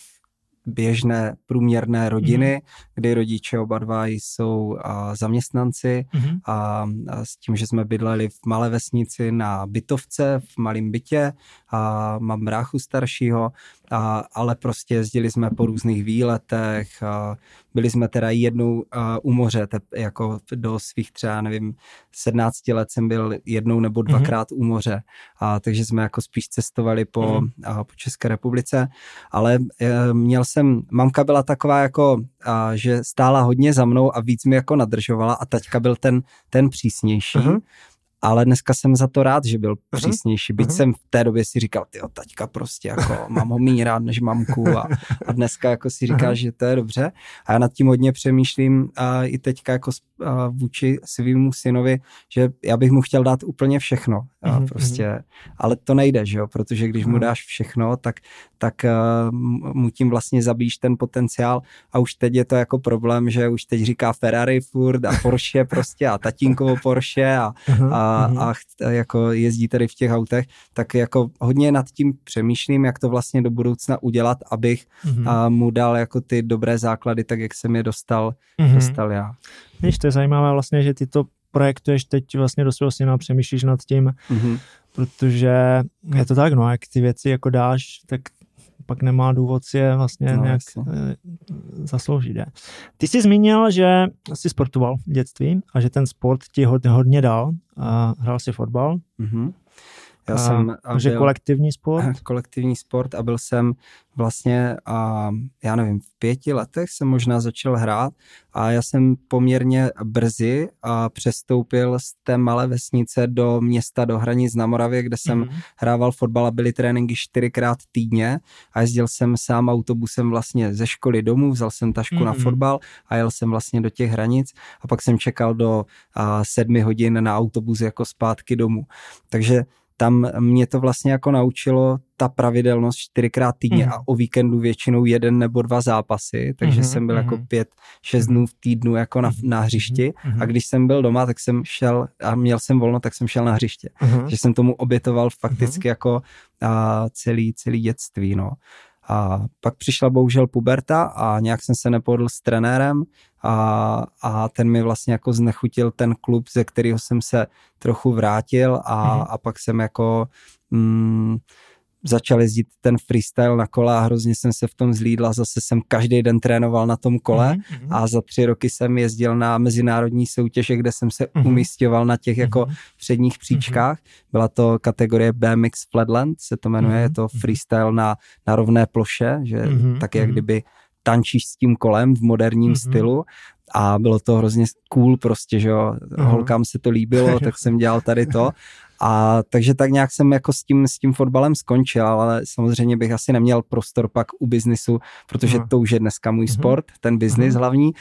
Speaker 1: běžné průměrné rodiny, mm. kdy rodiče oba dva jsou a, zaměstnanci mm. a, a s tím, že jsme bydleli v malé vesnici na bytovce, v malém bytě a mám bráchu staršího, a, ale prostě jezdili jsme po různých výletech, a byli jsme teda jednou a, u moře, te, jako do svých třeba, nevím, sedmnácti let jsem byl jednou nebo dvakrát mm. u moře, a takže jsme jako spíš cestovali po, mm. a, po České republice, ale e, měl jsem, mamka byla taková jako, a, že stála hodně za mnou a víc mi jako nadržovala a taťka byl ten, ten přísnější. Uh-huh. Ale dneska jsem za to rád, že byl přísnější. Byť uh-huh. jsem v té době si říkal, tyjo, taťka prostě, jako mám ho méně rád než mamku a, a dneska jako si říkal, uh-huh. že to je dobře. A já nad tím hodně přemýšlím a i teďka jako a vůči svýmu synovi, že já bych mu chtěl dát úplně všechno. A uh-huh. prostě, ale to nejde, že jo, protože když uh-huh. mu dáš všechno, tak, tak uh, mu tím vlastně zabíjíš ten potenciál a už teď je to jako problém, že už teď říká Ferrari furt a Porsche prostě a tatínkovo Porsche a, uh-huh. a a, a jako jezdí tady v těch autech, tak jako hodně nad tím přemýšlím, jak to vlastně do budoucna udělat, abych mm-hmm. a mu dal jako ty dobré základy, tak jak jsem je dostal, mm-hmm. dostal já.
Speaker 2: Víš, to je zajímavé vlastně, že ty to projektuješ teď vlastně do svého syna, přemýšlíš nad tím, mm-hmm. protože je to tak, no, jak ty věci jako dáš, tak pak nemá důvod si je vlastně no, nějak jasně. zasloužit. Je. Ty jsi zmínil, že jsi sportoval v dětství a že ten sport ti hodně, hodně dal. A hrál jsi fotbal.
Speaker 1: Mm-hmm. Já a, jsem
Speaker 2: a že byl, kolektivní sport?
Speaker 1: Kolektivní sport a byl jsem vlastně, a já nevím, v pěti letech jsem možná začal hrát a já jsem poměrně brzy a přestoupil z té malé vesnice do města, do hranic na Moravě, kde jsem mm-hmm. hrával fotbal a byly tréninky čtyřikrát týdně a jezdil jsem sám autobusem vlastně ze školy domů, vzal jsem tašku mm-hmm. na fotbal a jel jsem vlastně do těch hranic a pak jsem čekal do a, sedmi hodin na autobus jako zpátky domů. Takže tam mě to vlastně jako naučilo ta pravidelnost čtyřikrát týdně mm. a o víkendu většinou jeden nebo dva zápasy, takže mm-hmm, jsem byl mm. jako pět, šest dnů v týdnu jako na, na hřišti mm. a když jsem byl doma, tak jsem šel a měl jsem volno, tak jsem šel na hřiště. Mm. že jsem tomu obětoval fakticky mm. jako a, celý, celý dětství, no. A pak přišla bohužel puberta a nějak jsem se nepohodl s trenérem a, a ten mi vlastně jako znechutil ten klub, ze kterého jsem se trochu vrátil a, mm. a pak jsem jako mm, začal jezdit ten freestyle na kole a hrozně jsem se v tom zlídl a zase jsem každý den trénoval na tom kole mm. a za tři roky jsem jezdil na mezinárodní soutěže, kde jsem se mm. umísťoval na těch jako předních příčkách. Byla to kategorie B M X Flatland, se to jmenuje, mm. je to freestyle na, na rovné ploše, že mm. tak jak kdyby tančíš s tím kolem v moderním mm-hmm. stylu a bylo to hrozně cool prostě, že jo, mm-hmm. holkám se to líbilo, tak jsem dělal tady to a takže tak nějak jsem jako s tím, s tím fotbalem skončil, ale samozřejmě bych asi neměl prostor pak u biznisu, protože mm-hmm. to už je dneska můj mm-hmm. sport, ten biznis mm-hmm. hlavní,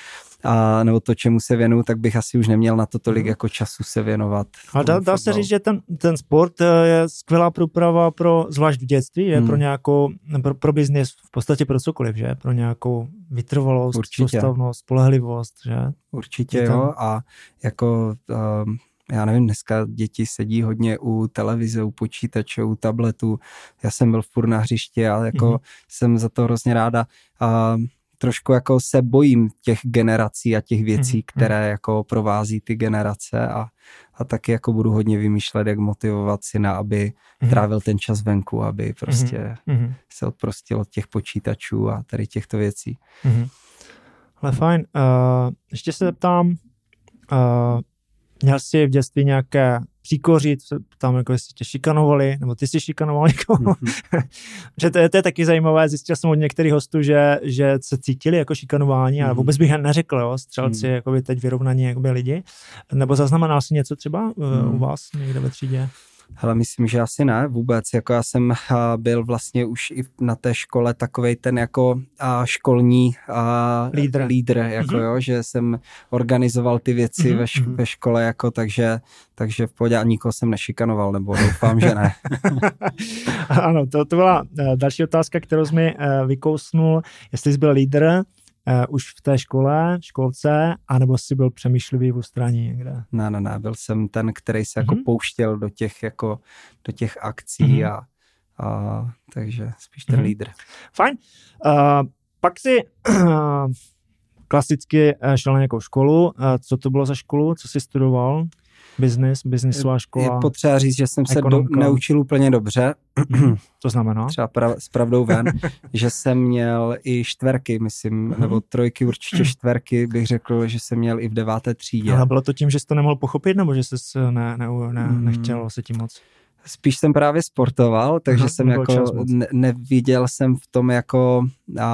Speaker 1: a nebo to, čemu se věnuju, tak bych asi už neměl na to tolik mm-hmm. jako času se věnovat.
Speaker 2: A dá, dá se říct, že ten, ten sport je skvělá průprava pro, zvlášť v dětství, je mm. pro nějakou, pro, pro biznis, v podstatě pro cokoliv, že? Pro nějakou vytrvalost, soustavnost, spolehlivost, že?
Speaker 1: Určitě je jo ten... a jako... Um, já nevím, dneska děti sedí hodně u televize, u počítače, u tabletu. Já jsem byl furt na hřišti a jako mm-hmm. jsem za to hrozně ráda. A trošku jako se bojím těch generací a těch věcí, mm-hmm. které jako provází ty generace a, a taky jako budu hodně vymýšlet, jak motivovat syna, aby mm-hmm. trávil ten čas venku, aby prostě mm-hmm. se odprostil od těch počítačů a tady těchto věcí.
Speaker 2: Mm-hmm. Ale fajn. Uh, ještě se zeptám, uh, měl jsi v dětství nějaké příkoří, tam jako jestli tě šikanovali, nebo ty jsi šikanoval někoho. Mm-hmm. že to je, to je taky zajímavé, zjistil jsem od některých hostů, že, že se cítili jako šikanování, mm-hmm. ale vůbec bych neřekl, jo, střelci, mm-hmm. jakoby teď vyrovnaní jakoby lidi. Nebo zaznamenal jsi něco třeba mm-hmm. u vás někde ve třídě?
Speaker 1: Hele, myslím, že asi ne vůbec, jako já jsem byl vlastně už i na té škole takovej ten jako a, školní a,
Speaker 2: lídr,
Speaker 1: lídr jako mm-hmm. jo, že jsem organizoval ty věci mm-hmm. ve, š- ve škole jako, takže, takže v pohodě a nikoho jsem nešikanoval, nebo doufám, že ne.
Speaker 2: Ano, to, to byla další otázka, kterou jsi mi vykousnul, jestli jsi byl lídr, Uh, už v té škole, školce, anebo jsi byl přemýšlivý v ústraní někde?
Speaker 1: Ne, ne, ne, byl jsem ten, který se mm-hmm. jako pouštěl do těch, jako, do těch akcí mm-hmm. a, a takže spíš ten mm-hmm. lídr.
Speaker 2: Fajn. Uh, pak si uh, klasicky šel na nějakou školu. Uh, co to bylo za školu? Co jsi studoval? Business, businessová škola.
Speaker 1: Je potřeba říct, že jsem se do, neučil úplně dobře.
Speaker 2: To znamená?
Speaker 1: Třeba prav, s pravdou ven, že jsem měl i čtverky, myslím, nebo trojky, určitě čtverky, bych řekl, že jsem měl i v deváté třídě.
Speaker 2: Ale bylo to tím, že jsi to nemohl pochopit, nebo že jsi ne, ne, ne, nechtěl se tím moc?
Speaker 1: Spíš jsem právě sportoval, takže Aha, jsem jako ne, neviděl jsem v tom jako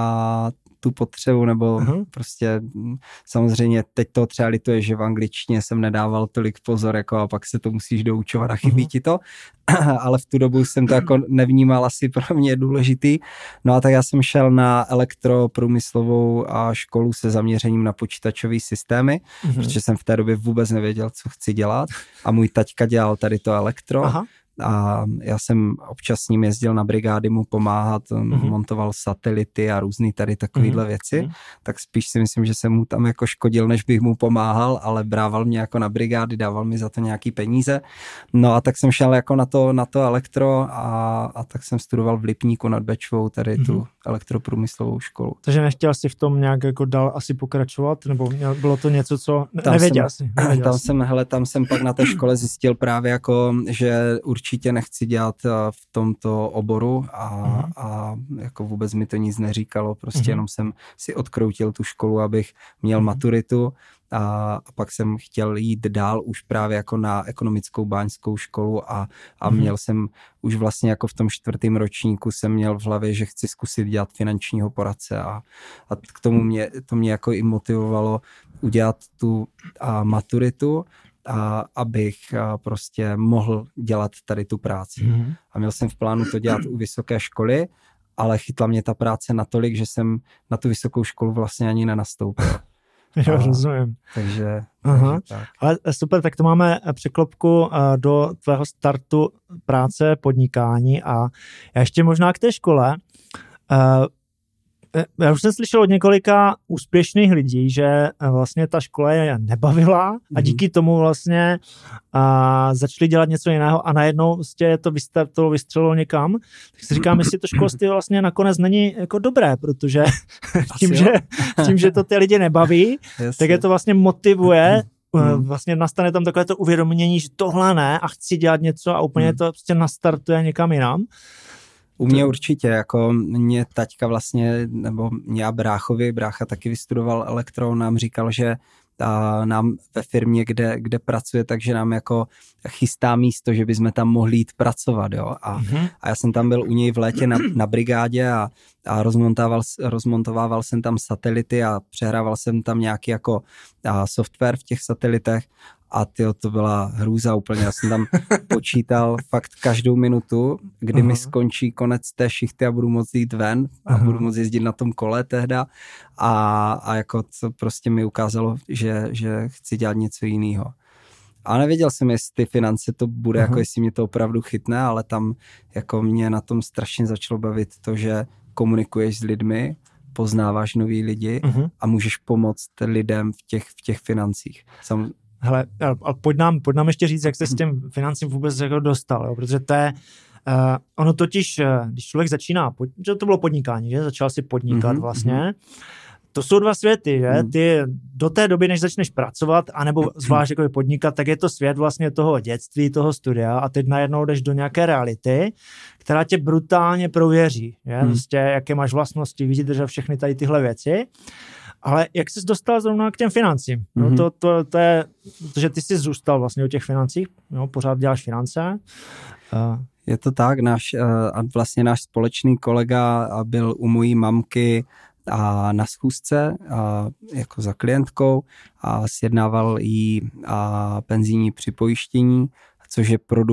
Speaker 1: a, tu potřebu, nebo uh-huh. prostě samozřejmě teď to třeba lituje, že v angličtině jsem nedával tolik pozor, jako a pak se to musíš doučovat a chybí uh-huh. ti to, ale v tu dobu jsem to jako nevnímal asi pro mě důležitý. No a tak já jsem šel na elektroprůmyslovou a školu se zaměřením na počítačové systémy, uh-huh. protože jsem v té době vůbec nevěděl, co chci dělat a můj taťka dělal tady to elektro. Aha. A já jsem občas s ním jezdil na brigády mu pomáhat, mm-hmm. montoval satelity a různý tady takovýhle mm-hmm. věci, tak spíš si myslím, že jsem mu tam jako škodil, než bych mu pomáhal, ale brával mě jako na brigády, dával mi za to nějaký peníze. No a tak jsem šel jako na to, na to elektro a, a tak jsem studoval v Lipníku nad Bečvou, tady mm-hmm. tu elektroprůmyslovou školu.
Speaker 2: Takže nechtěl jsi v tom nějak jako dál asi pokračovat, nebo bylo to něco, co ne- nevěděl
Speaker 1: jsem,
Speaker 2: jsi? Nevěděl
Speaker 1: tam
Speaker 2: jsi.
Speaker 1: jsem, hele, tam jsem pak na té škole zjistil právě jako, že určitě nechci dělat v tomto oboru a, mm. a jako vůbec mi to nic neříkalo, prostě mm. jenom jsem si odkroutil tu školu, abych měl mm. maturitu a, a pak jsem chtěl jít dál už právě jako na ekonomickou báňskou školu a, a mm. měl jsem už vlastně jako v tom čtvrtém ročníku jsem měl v hlavě, že chci zkusit dělat finančního poradce a, a k tomu mě, to mě jako i motivovalo udělat tu a, maturitu, a abych a prostě mohl dělat tady tu práci. Mm-hmm. A měl jsem v plánu to dělat u vysoké školy, ale chytla mě ta práce natolik, že jsem na tu vysokou školu vlastně ani nenastoupil.
Speaker 2: Jo, a, rozumím.
Speaker 1: Takže,
Speaker 2: Aha.
Speaker 1: takže tak.
Speaker 2: Ale super, tak to máme překlopku do tvého startu práce, podnikání a já ještě možná k té škole. Já už jsem slyšel od několika úspěšných lidí, že vlastně ta škola je nebavila a díky tomu vlastně a začali dělat něco jiného a najednou vlastně to vystartovalo, vystřelilo někam. Tak si říkám, jestli to školství vlastně nakonec není jako dobré, protože tím, že, tím, že to ty lidi nebaví, Jasně. tak je to vlastně motivuje, vlastně nastane tam takové to uvědomění, že tohle ne a chci dělat něco a úplně to prostě nastartuje někam jinam.
Speaker 1: U mě určitě, jako mě taťka vlastně, nebo mě a bráchovi, brácha taky vystudoval elektro, nám říkal, že a nám ve firmě, kde, kde pracuje, takže nám jako chystá místo, že bychom tam mohli jít pracovat, jo. A, mm-hmm. a já jsem tam byl u něj v létě na, na brigádě a, a rozmontával, rozmontovával jsem tam satelity a přehrával jsem tam nějaký jako a software v těch satelitech a tyjo, to byla hrůza úplně. Já jsem tam počítal fakt každou minutu, kdy uh-huh. mi skončí konec té šichty a budu moct jít ven a uh-huh. budu moct jezdit na tom kole tehda a, a jako to prostě mi ukázalo, že, že chci dělat něco jiného. A nevěděl jsem, jestli ty finance to bude, uh-huh. jako jestli mě to opravdu chytne, ale tam jako mě na tom strašně začalo bavit to, že komunikuješ s lidmi, poznáváš nový lidi uh-huh. a můžeš pomoct lidem v těch, v těch financích. Sam,
Speaker 2: Hele, ale pojď nám, pojď nám ještě říct, jak jste s těm financím vůbec jako dostal, jo? Protože to je, uh, ono totiž, uh, když člověk začíná, že to bylo podnikání, že? Začal si podnikat mm-hmm, vlastně, mm-hmm. To jsou dva světy, že? Mm. Ty do té doby, než začneš pracovat, anebo zvlášť jako podnikat, tak je to svět vlastně toho dětství, toho studia a teď najednou jdeš do nějaké reality, která tě brutálně prověří, že? Mm. Vlastně, jaké máš vlastnosti, vydrž a všechny tady tyhle věci. Ale jak jsi dostal zrovna k těm financím? Mm-hmm. No to, to, to je, protože ty jsi zůstal vlastně u těch financích, no, pořád děláš finance. Uh.
Speaker 1: Je to tak, náš, uh, vlastně náš společný kolega byl u mojí mamky a na schůzce a jako za klientkou a sjednával jí a penzijní připojištění, což je produkt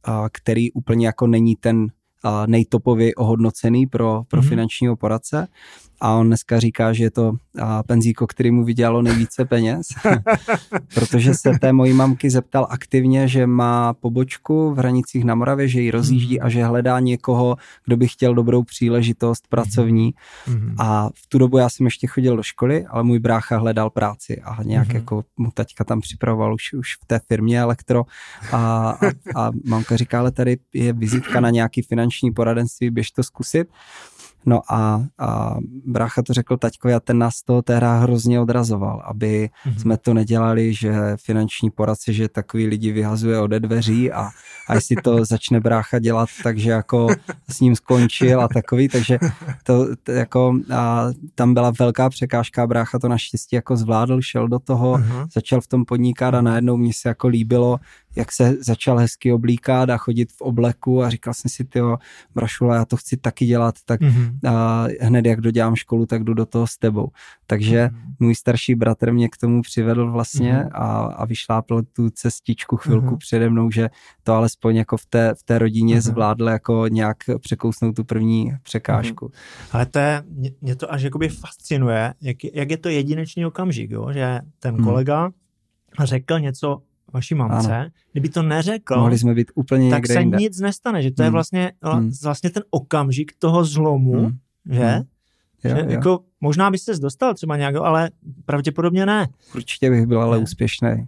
Speaker 1: který úplně jako není ten nejtopově ohodnocený pro, pro mm-hmm. finančního poradce. A on dneska říká, že je to penzíko, který mu vydělalo nejvíce peněz, protože se té mojí mamky zeptal aktivně, že má pobočku v Hranicích na Moravě, že ji rozjíždí a že hledá někoho, kdo by chtěl dobrou příležitost pracovní. Mm-hmm. A v tu dobu já jsem ještě chodil do školy, ale můj brácha hledal práci a nějak mm-hmm. jako mu taťka tam připravoval už, už v té firmě elektro a, a, a mamka říká, ale tady je vizitka na nějaký finanční poradenství, běž to zkusit. No a, a brácha to řekl taťkovi a ten nás z toho tehdy hrozně odrazoval, aby mm-hmm. jsme to nedělali, že finanční poradce, že takový lidi vyhazuje ode dveří a, a jestli to začne brácha dělat, takže jako s ním skončil a takový, takže to, to jako a tam byla velká překážka, brácha to naštěstí jako zvládl, šel do toho, mm-hmm. začal v tom podnikat a najednou mě se jako líbilo, jak se začal hezky oblíkat a chodit v obleku a říkal jsem si, tyjo, brašula, já to chci taky dělat, tak mm-hmm. a hned jak dodělám školu, tak jdu do toho s tebou. Takže mm-hmm. můj starší bratr mě k tomu přivedl vlastně mm-hmm. a, a vyšlápl tu cestičku chvilku mm-hmm. přede mnou, že to alespoň jako v té, v té rodině mm-hmm. zvládl jako nějak překousnout tu první překážku. Mm-hmm.
Speaker 2: Ale to je, mě, mě to až jakoby fascinuje, jak, jak je to jedinečný okamžik, jo? Že ten kolega mm. řekl něco vaší mamce, ano. Kdyby to neřekl,
Speaker 1: mohli jsme být úplně
Speaker 2: tak se
Speaker 1: jinde.
Speaker 2: Nic nestane, že to hmm. je vlastně, hmm. vlastně ten okamžik toho zlomu, hmm. že? Hmm.
Speaker 1: Jo,
Speaker 2: že
Speaker 1: jo.
Speaker 2: Jako, možná bys se dostal třeba nějak, ale pravděpodobně ne.
Speaker 1: Určitě bych byl ale úspěšný.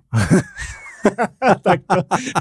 Speaker 2: Tak to...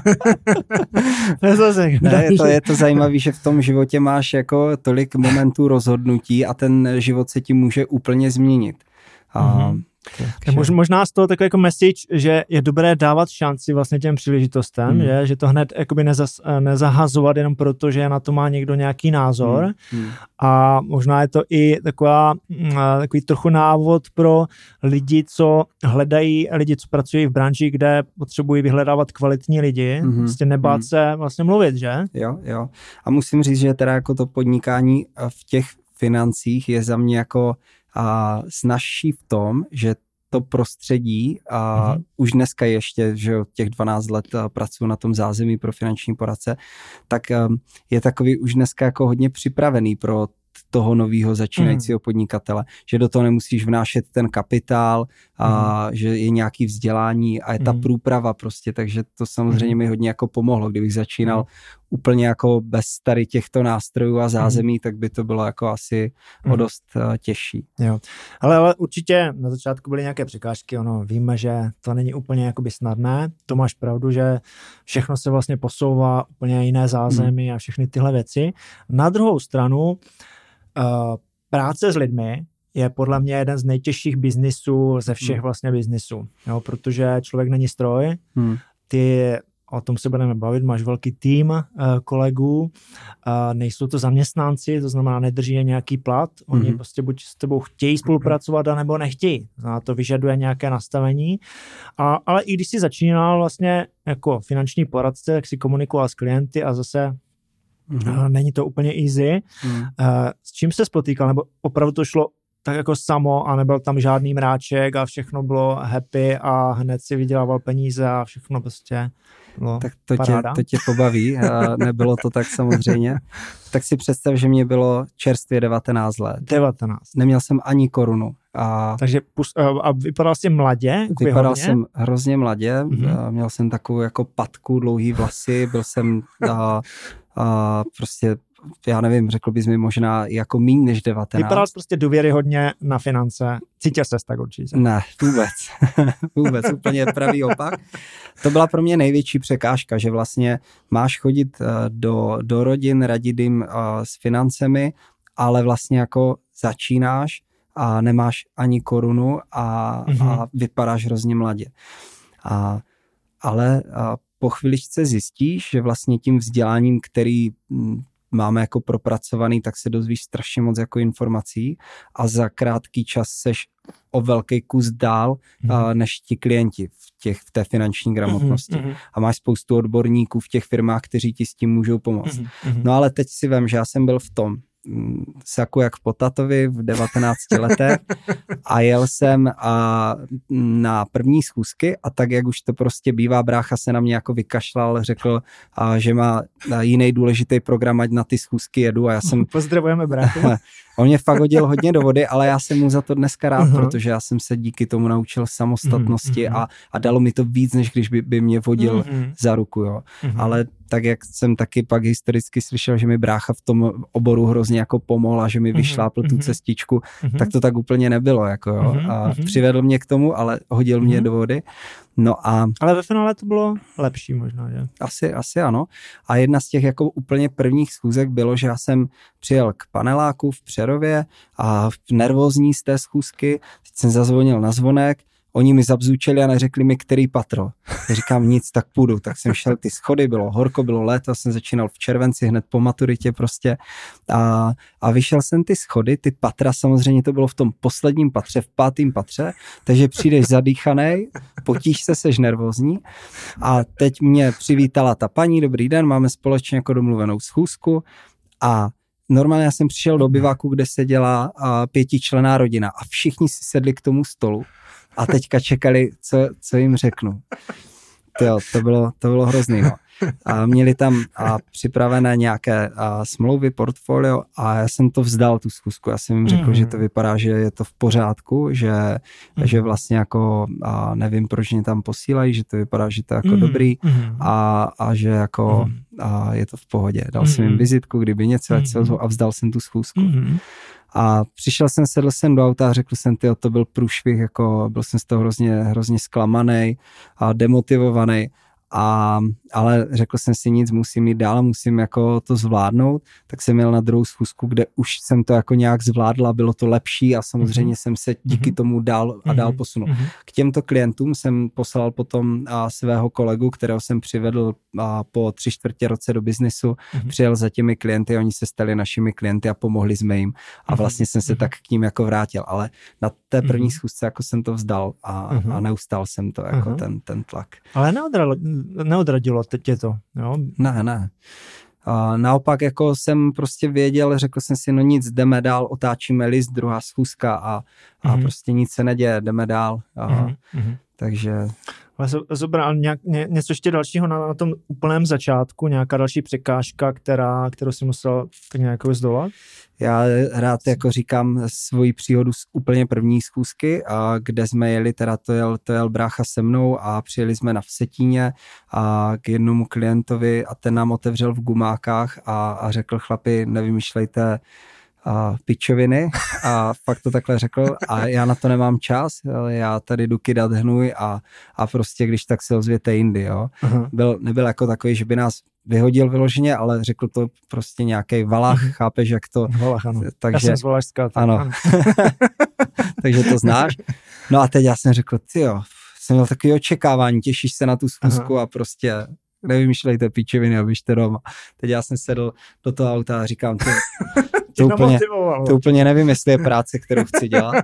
Speaker 2: to je, zase,
Speaker 1: ne, je, to, je to zajímavé, že v tom životě máš jako tolik momentů rozhodnutí a ten život se ti může úplně změnit. A
Speaker 2: mm-hmm. Takže... Možná z toho takový jako message, že je dobré dávat šanci vlastně těm příležitostem, hmm. že, že to hned jakoby nezas, nezahazovat jenom proto, že na to má někdo nějaký názor hmm. Hmm. a možná je to i taková, takový trochu návod pro lidi, co hledají, lidi, co pracují v branži, kde potřebují vyhledávat kvalitní lidi, hmm. prostě nebát hmm. se vlastně mluvit, že?
Speaker 1: Jo, jo. A musím říct, že teda jako to podnikání v těch financích je za mě jako a snazší v tom, že to prostředí a mm-hmm. už dneska ještě, že těch dvanáct let pracuji na tom zázemí pro finanční poradce, tak je takový už dneska jako hodně připravený pro toho nového začínajícího mm. podnikatele, že do toho nemusíš vnášet ten kapitál a mm. že je nějaký vzdělání a je ta mm. průprava prostě, takže to samozřejmě mm. mi hodně jako pomohlo, kdybych začínal mm. úplně jako bez tady těchto nástrojů a zázemí, mm. tak by to bylo jako asi mm. o dost uh, těžší.
Speaker 2: Jo, ale, ale určitě na začátku byly nějaké překážky, ono víme, že to není úplně jakoby snadné, to máš pravdu, že všechno se vlastně posouvá, úplně jiné zázemí mm. a všechny tyhle věci. Na druhou stranu Uh, práce s lidmi je podle mě jeden z nejtěžších biznisů ze všech hmm. vlastně biznisů, jo, protože člověk není stroj, hmm. ty, o tom se budeme bavit, máš velký tým uh, kolegů, uh, nejsou to zaměstnanci, to znamená nedrží je nějaký plat, oni hmm. prostě buď s tebou chtějí spolupracovat, anebo nechtějí, znamená, to vyžaduje nějaké nastavení, a, ale i když jsi začínal vlastně jako finanční poradce, tak si komunikoval s klienty a zase Mm-hmm. není to úplně easy. Mm. Uh, s čím se spotýkal? Nebo opravdu to šlo tak jako samo a nebyl tam žádný mráček a všechno bylo happy a hned si vydělával peníze a všechno prostě bylo
Speaker 1: tak to
Speaker 2: paráda?
Speaker 1: Tě, to tě pobaví. A nebylo to tak samozřejmě. Tak si představ, že mě bylo čerstvě devatenáct let.
Speaker 2: devatenáct.
Speaker 1: Neměl jsem ani korunu. A
Speaker 2: takže pus, a vypadal jsi mladě?
Speaker 1: Vypadal
Speaker 2: hodně?
Speaker 1: jsem hrozně mladě.
Speaker 2: Mm-hmm.
Speaker 1: Měl jsem takovou jako patku, dlouhý vlasy. Byl jsem a, a prostě já nevím, řekl bys mi možná jako míň než devatenáct.
Speaker 2: Vypadal prostě důvěryhodně na finance. Cítil ses tak určitě?
Speaker 1: Ne, vůbec. vůbec, úplně pravý opak. To byla pro mě největší překážka, že vlastně máš chodit do, do rodin, radit jim s financemi, ale vlastně jako začínáš a nemáš ani korunu a, mm-hmm. a vypadáš hrozně mladě. A, ale a po chviličce zjistíš, že vlastně tím vzděláním, který máme jako propracovaný, tak se dozvíš strašně moc jako informací a za krátký čas seš o velký kus dál mm-hmm. uh, než ti klienti v, těch, v té finanční gramotnosti. Mm-hmm. A máš spoustu odborníků v těch firmách, kteří ti s tím můžou pomoct. Mm-hmm. No ale teď si vem, že já jsem byl v tom saku jak po tatovi v devatenácti letech a jel jsem a na první schůzky a tak, jak už to prostě bývá, brácha se na mě jako vykašlal, řekl, a, že má jiný důležitý program, ať na ty schůzky jedu a já jsem...
Speaker 2: Pozdravujeme bráchu.
Speaker 1: On mě fakt hodil hodně do vody, ale já jsem mu za to dneska rád, uh-huh. protože já jsem se díky tomu naučil samostatnosti uh-huh. a, a dalo mi to víc, než když by, by mě vodil uh-huh. za ruku, jo. Uh-huh. Ale tak, jak jsem taky pak historicky slyšel, že mi brácha v tom oboru hrozně jako pomohl a že mi vyšlápl uh-huh. tu cestičku, uh-huh. tak to tak úplně nebylo, jako jo. Uh-huh. A přivedl mě k tomu, ale hodil uh-huh. mě do vody. No a...
Speaker 2: Ale ve finále to bylo lepší možná, že?
Speaker 1: Asi, asi ano. A jedna z těch jako úplně prvních schůzek bylo, že já jsem přijel k paneláku v Přerově a nervózní z té schůzky, teď jsem zazvonil na zvonek, oni mi zabzučeli a neřekli mi, který patro. Já říkám, nic, tak půjdu. Tak jsem šel ty schody, bylo horko, bylo léto, jsem začínal v červenci, hned po maturitě prostě. A, a vyšel jsem ty schody, ty patra, samozřejmě to bylo v tom posledním patře, v pátém patře, takže přijdeš zadýchanej, potíš se, seš nervózní. A teď mě přivítala ta paní, dobrý den, máme společně jako domluvenou schůzku a normálně já jsem přišel do bivaku, kde seděla pětičlenná rodina a všichni si sedli k tomu stolu a teďka čekali, co, co jim řeknu. Tyjo, to bylo, to bylo hrozný, no. A měli tam a připravené nějaké a, smlouvy, portfolio a já jsem to vzdal, tu schůzku. Já jsem jim řekl, mm. že to vypadá, že je to v pořádku, že, mm. že vlastně jako a nevím, proč mě tam posílají, že to vypadá, že to je jako mm. dobrý a, a že jako mm. a je to v pohodě. Dal mm. jsem jim vizitku, kdyby něco, ať se ozvou a vzdal jsem tu schůzku. Mm. A přišel jsem, sedl jsem do auta a řekl jsem, tyjo, to byl průšvih, jako byl jsem z toho hrozně, hrozně zklamanej a demotivovaný. A, ale řekl jsem si nic, musím jít dál, musím jako to zvládnout, tak jsem jel na druhou schůzku, kde už jsem to jako nějak zvládla, bylo to lepší a samozřejmě mm-hmm. jsem se díky tomu dál a dál posunul. Mm-hmm. K těmto klientům jsem poslal potom a, svého kolegu, kterého jsem přivedl a, po tři čtvrtě roce do biznesu, mm-hmm. přijel za těmi klienty, oni se stali našimi klienty a pomohli jsme jim a vlastně jsem se mm-hmm. tak k ním jako vrátil, ale na té první mm-hmm. schůzce jako jsem to vzdal a, mm-hmm. a neustal jsem to jako mm-hmm. ten, ten tlak.
Speaker 2: Ale neodradilo, neodradilo tě to, jo?
Speaker 1: Ne, ne. A naopak jako jsem prostě věděl, řekl jsem si, no nic, jdeme dál, otáčíme list, druhá schůzka a, a mm-hmm. prostě nic se neděje, jdeme dál. A, mm-hmm. Takže...
Speaker 2: Super, ale nějak, ně, něco ještě dalšího na, na tom úplném začátku, nějaká další překážka, která, kterou si musel tak nějak zdolat?
Speaker 1: Já rád jako říkám svoji příhodu z úplně první schůzky, a kde jsme jeli, teda to jel, to jel brácha se mnou a přijeli jsme na Vsetíně a k jednomu klientovi a ten nám otevřel v gumákách a, a řekl, chlapi, nevymýšlejte a pičoviny a fakt to takhle řekl a já na to nemám čas, já tady jdu kydat hnůj a, a prostě když tak se ozvěte jindy, jo. Uh-huh. Byl, nebyl jako takový, že by nás vyhodil vyloženě, ale řekl to prostě nějaký Valach, uh-huh. chápeš, jak to...
Speaker 2: Valach, ano.
Speaker 1: Takže,
Speaker 2: já jsem z Valašska.
Speaker 1: Ano. ano. Takže to znáš. No a teď já jsem řekl, tyjo, jsem měl takový očekávání, těšíš se na tu schůzku uh-huh. a prostě nevymýšlejte pičoviny a běžte doma. Teď já jsem sedl do toho auta a říkám, ty, to, úplně, to úplně nevím, jestli je práce, kterou chci dělat.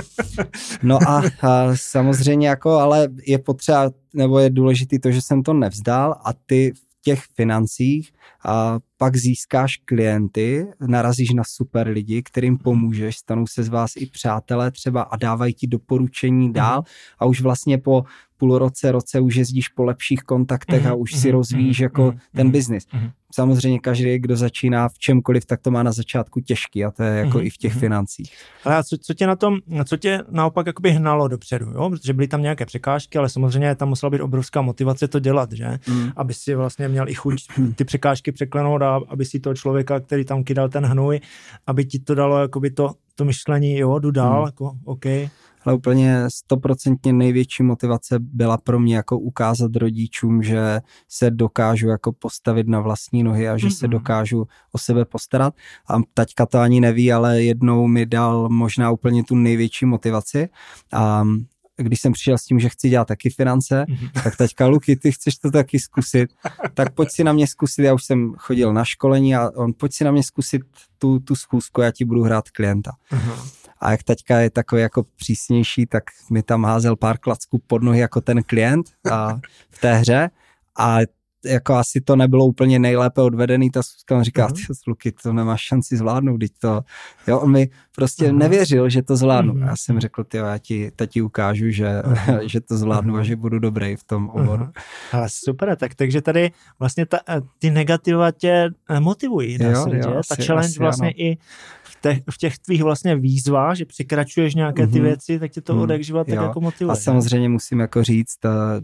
Speaker 1: No a, a samozřejmě jako, ale je potřeba, nebo je důležitý to, že jsem to nevzdal a ty v těch financích a pak získáš klienty, narazíš na super lidi, kterým pomůžeš, stanou se z vás i přátelé třeba a dávají ti doporučení dál a už vlastně po půl roce, roce už jezdíš po lepších kontaktech a už si rozvíjíš jako ten biznis. Samozřejmě každý, kdo začíná v čemkoliv, tak to má na začátku těžký a to je jako i v těch financích.
Speaker 2: Ale a co, co tě na tom, co tě naopak jakoby hnalo dopředu, jo? Protože byly tam nějaké překážky, ale samozřejmě tam musela být obrovská motivace to dělat, že? Mm. Aby si vlastně měl i chuť ty překážky překlenout a aby si toho člověka, který tam kydal ten hnůj, aby ti to dalo jakoby to, to myšlení, jo, jdu dál, mm. jako OK.
Speaker 1: Ale úplně stoprocentně největší motivace byla pro mě jako ukázat rodičům, že se dokážu jako postavit na vlastní nohy a že mm-hmm. se dokážu o sebe postarat. A taťka to ani neví, ale jednou mi dal možná úplně tu největší motivaci. A když jsem přišel s tím, že chci dělat taky finance, mm-hmm. tak taťka, Luky, ty chceš to taky zkusit, tak pojď si na mě zkusit, já už jsem chodil na školení a on, pojď si na mě zkusit tu, tu schůzku, já ti budu hrát klienta. Mm-hmm. A jak taťka je takový jako přísnější, tak mi tam házel pár klacků pod nohy jako ten klient a v té hře a jako asi to nebylo úplně nejlépe odvedený, ta schůzka, on říká, uh-huh. ty sluky, to nemáš šanci zvládnout, teď to, jo, on mi prostě uh-huh. nevěřil, že to zvládnu. Uh-huh. Já jsem řekl, tyjo, já ti, já ti ukážu, že, uh-huh. že to zvládnu uh-huh. a že budu dobrý v tom oboru. Uh-huh.
Speaker 2: Ale super, tak, takže tady vlastně ta, ty negativa tě motivují, dá
Speaker 1: jo,
Speaker 2: se
Speaker 1: jo,
Speaker 2: ta challenge vlastně ano. i v těch, v těch tvých vlastně výzvách, že překračuješ nějaké ty věci, tak tě to odekživa tak jako motivuje.
Speaker 1: A samozřejmě musím jako říct,